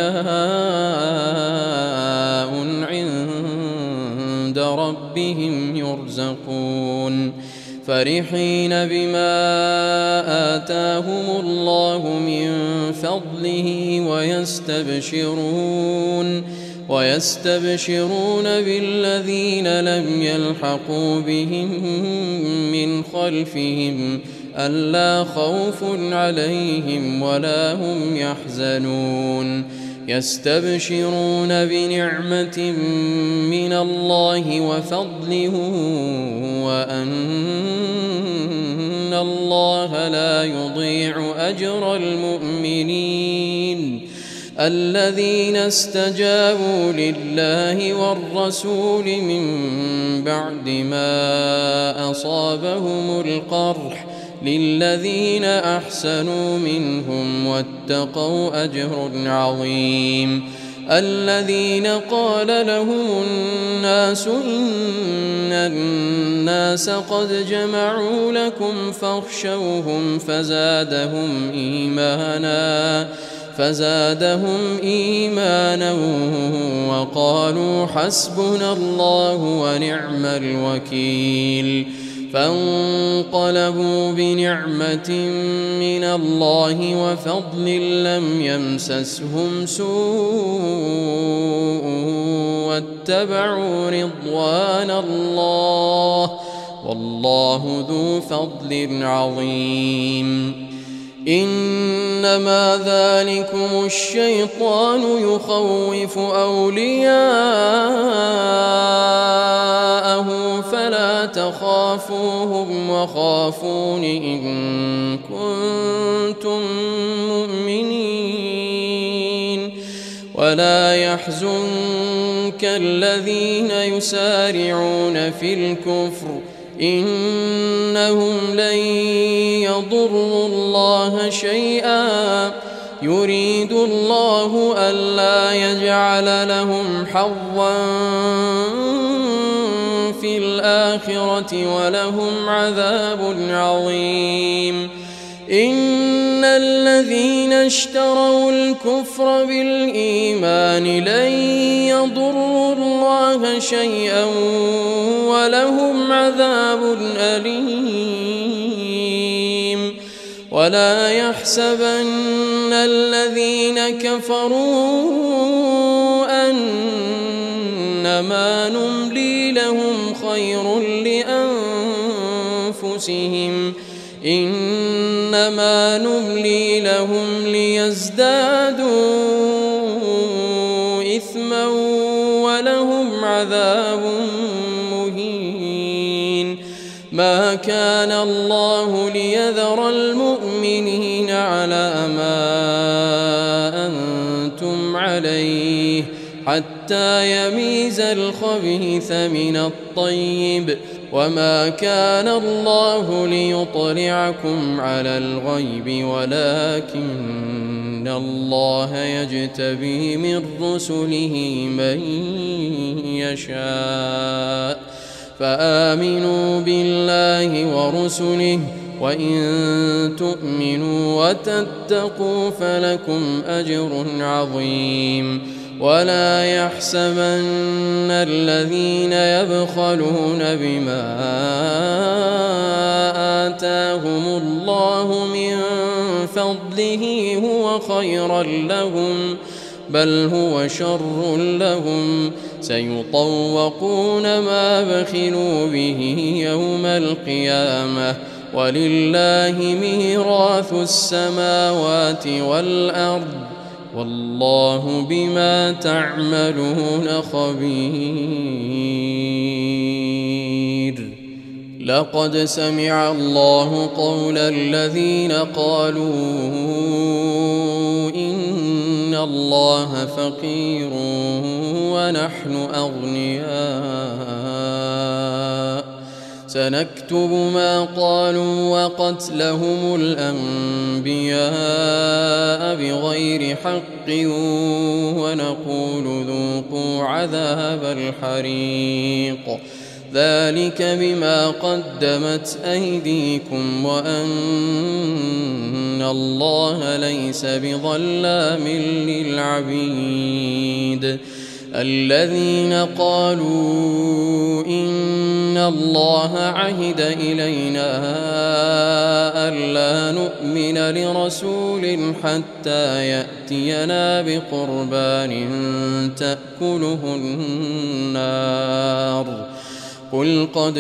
أحياء عند ربهم يرزقون فرحين بما آتاهم الله من فضله ويستبشرون بالذين لم يلحقوا بهم من خلفهم ألا خوف عليهم ولا هم يحزنون يستبشرون بنعمة من الله وفضله وأن الله لا يضيع أجر المؤمنين الذين استجابوا لله والرسول من بعد ما أصابهم القرح للذين أحسنوا منهم واتقوا أجر عظيم الذين قال لهم الناس إن الناس قد جمعوا لكم فاخشوهم فزادهم إيمانا وقالوا حسبنا الله ونعم الوكيل فانقلبوا بنعمة من الله وفضل لم يمسسهم سوء واتبعوا رضوان الله والله ذو فضل عظيم إنما ذلكم الشيطان يخوف أولياءه فلا تخافوهم وخافون إن كنتم مؤمنين ولا يحزنك الذين يسارعون في الكفر إنهم لن يضروا الله شيئا يريد الله ألا يجعل لهم حظا في الآخرة ولهم عذاب عظيم إن الذين اشتروا الكفر بالإيمان لن يضروا الله شيئا ولهم عذاب أليم ولا يحسبن الذين كفروا أنما نملي لهم خير لأنفسهم إنما نملي لهم ليزدادوا إثما ولهم عذاب مهين ما كان الله ليذر المؤمنين على ما أنتم عليه حتى يميز الخبيث من الطيب وما كان الله ليطلعكم على الغيب ولكن الله يجتبي من رسله من يشاء فآمنوا بالله ورسله وإن تؤمنوا وتتقوا فلكم أجر عظيم ولا يحسبن الذين يبخلون بما آتاهم الله من فضله هو خيرا لهم بل هو شر لهم سيطوقون ما بخلوا به يوم القيامة ولله ميراث السماوات والأرض والله بما تعملون خبير لقد سمع الله قول الذين قالوا إن الله فقير ونحن أغنياء سنكتب ما قالوا وقتلهم الأنبياء بغير حق ونقول ذوقوا عذاب الحريق ذلك بما قدمت أيديكم وأن الله ليس بظلام للعبيد الذين قالوا إن الله عهد إلينا ألا نؤمن لرسول حتى يأتينا بقربان تأكله النار قل قد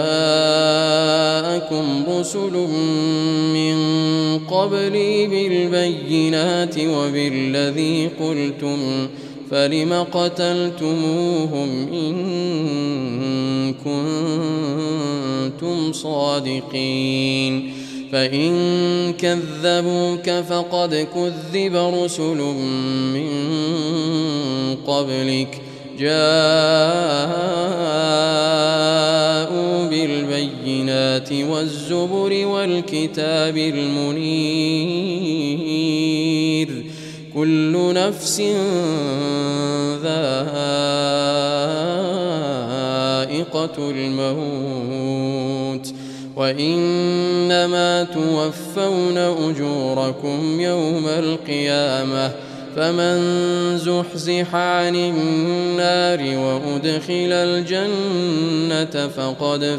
جاءكم رسل من قبلي بالبينات وبالذي قلتم فلم قتلتموهم إن كنتم صادقين فإن كذبوك فقد كذب رسل من قبلك جاءوا بالبينات والزبر والكتاب المنير كل نفس ذائقة الموت وإنما توفون أجوركم يوم القيامة فمن زحزح عن النار وأدخل الجنة فقد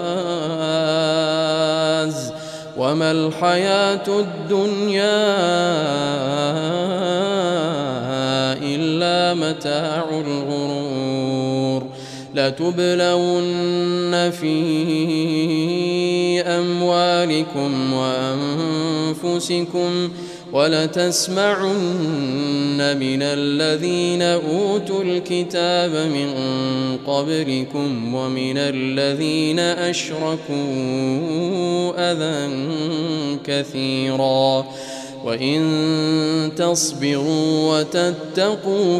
فاز وما الحياة الدنيا إلا متاع الغرور لتبلون في أموالكم وأنفسكم ولتسمعن من الذين أوتوا الكتاب من قبلكم ومن الذين أشركوا أذى كثيرا وإن تصبروا وتتقوا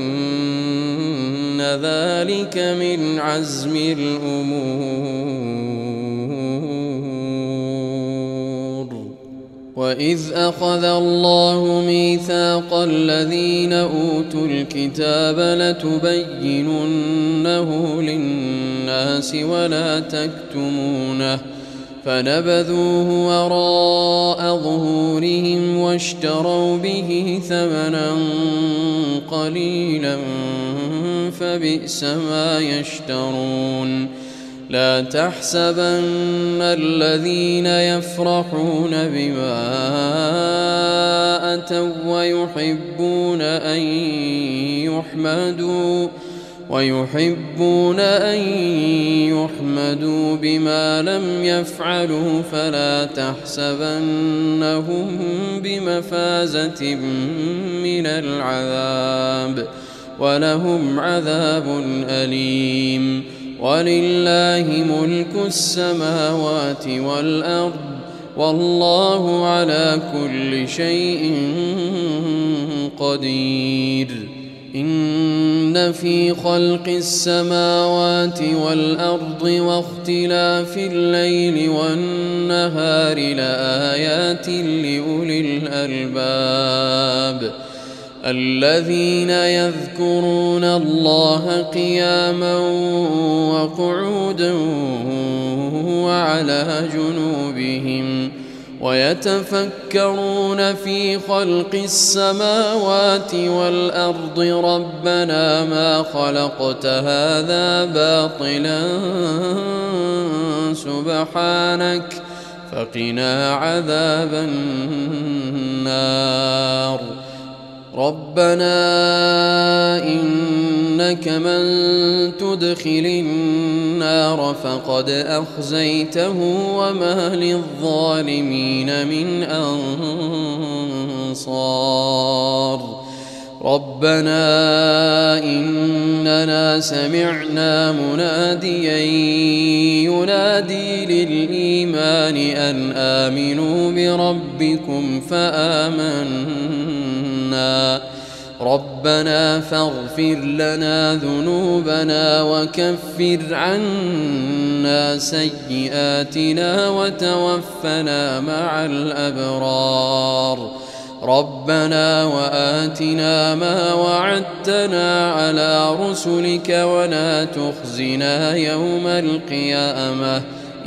فإن ذلك من عزم الأمور وإذ أخذ الله ميثاق الذين أوتوا الكتاب لتبيننه للناس ولا تكتمونه فنبذوه وراء ظهورهم واشتروا به ثمنا قليلا فبئس ما يشترون لا تحسبن الذين يفرحون بما أتوا ويحبون أن يحمدوا بما لم يفعلوا فلا تحسبنهم بمفازة من العذاب ولهم عذاب أليم ولله ملك السماوات والأرض والله على كل شيء قدير إن في خلق السماوات والأرض واختلاف الليل والنهار لآيات لأولي الألباب الذين يذكرون الله قياما وقعودا وعلى جنوبهم ويتفكرون في خلق السماوات والأرض ربنا ما خلقت هذا باطلا سبحانك فقنا عذاب النار ربنا إنك من تدخل النار فقد أخزيته وما للظالمين من أنصار ربنا إننا سمعنا مناديا ينادي للإيمان أن آمنوا بربكم فآمنا ربنا فاغفر لنا ذنوبنا وكفر عنا سيئاتنا وتوفنا مع الأبرار ربنا وآتنا ما وعدتنا على رسلك ولا تخزنا يوم القيامة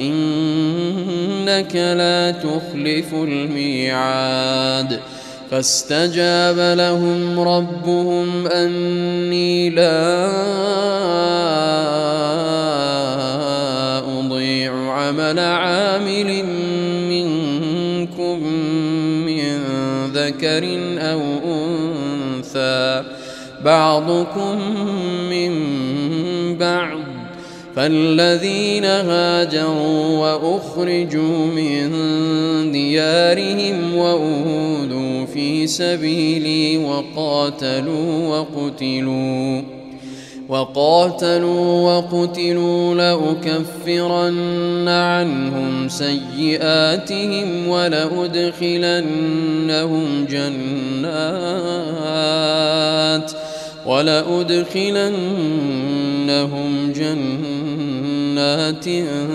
إنك لا تخلف الميعاد فاستجاب لهم ربهم أني لا أضيع عمل عامل منكم من ذكر أو أنثى بعضكم من بعض فالذين هاجروا وأخرجوا من ديارهم وأوذوا في سبيلي وقاتلوا وقتلوا لأكفرن عنهم سيئاتهم ولأدخلنهم جنات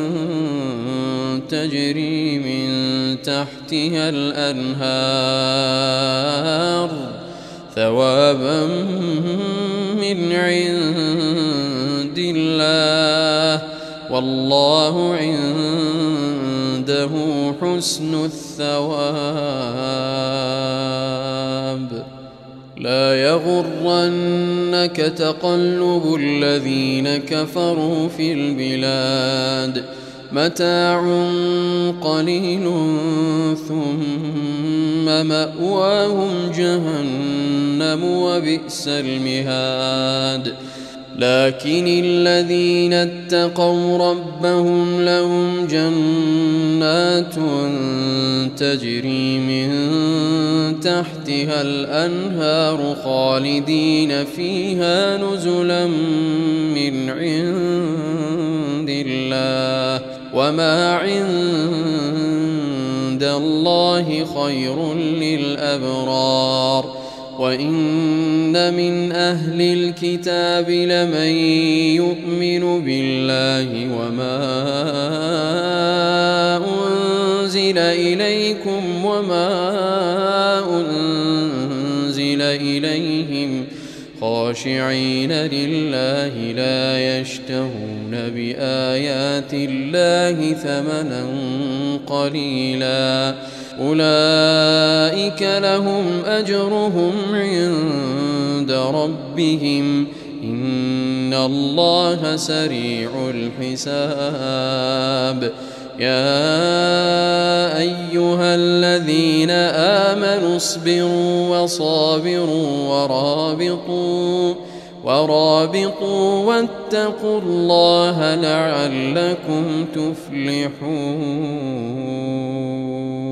تجري من تحتها الأنهار ثوابا من عند الله والله عنده حسن الثواب لا يغرنك تقلب الذين كفروا في البلاد متاع قليل ثم مأواهم جهنم وبئس المهاد لكن الذين اتقوا ربهم لهم جنات تجري من تحتها الأنهار خالدين فيها نزلا من عند الله وما عند الله خير للأبرار وإن من أهل الكتاب لمن يؤمن بالله وما أنزل إليكم وما أنزل إليهم خاشعين لله لا يشترون بآيات الله ثمنا قليلا أولئك لهم أجرهم عند ربهم إن الله سريع الحساب يا أيها الذين آمنوا اصبروا وصابروا ورابطوا واتقوا الله لعلكم تفلحون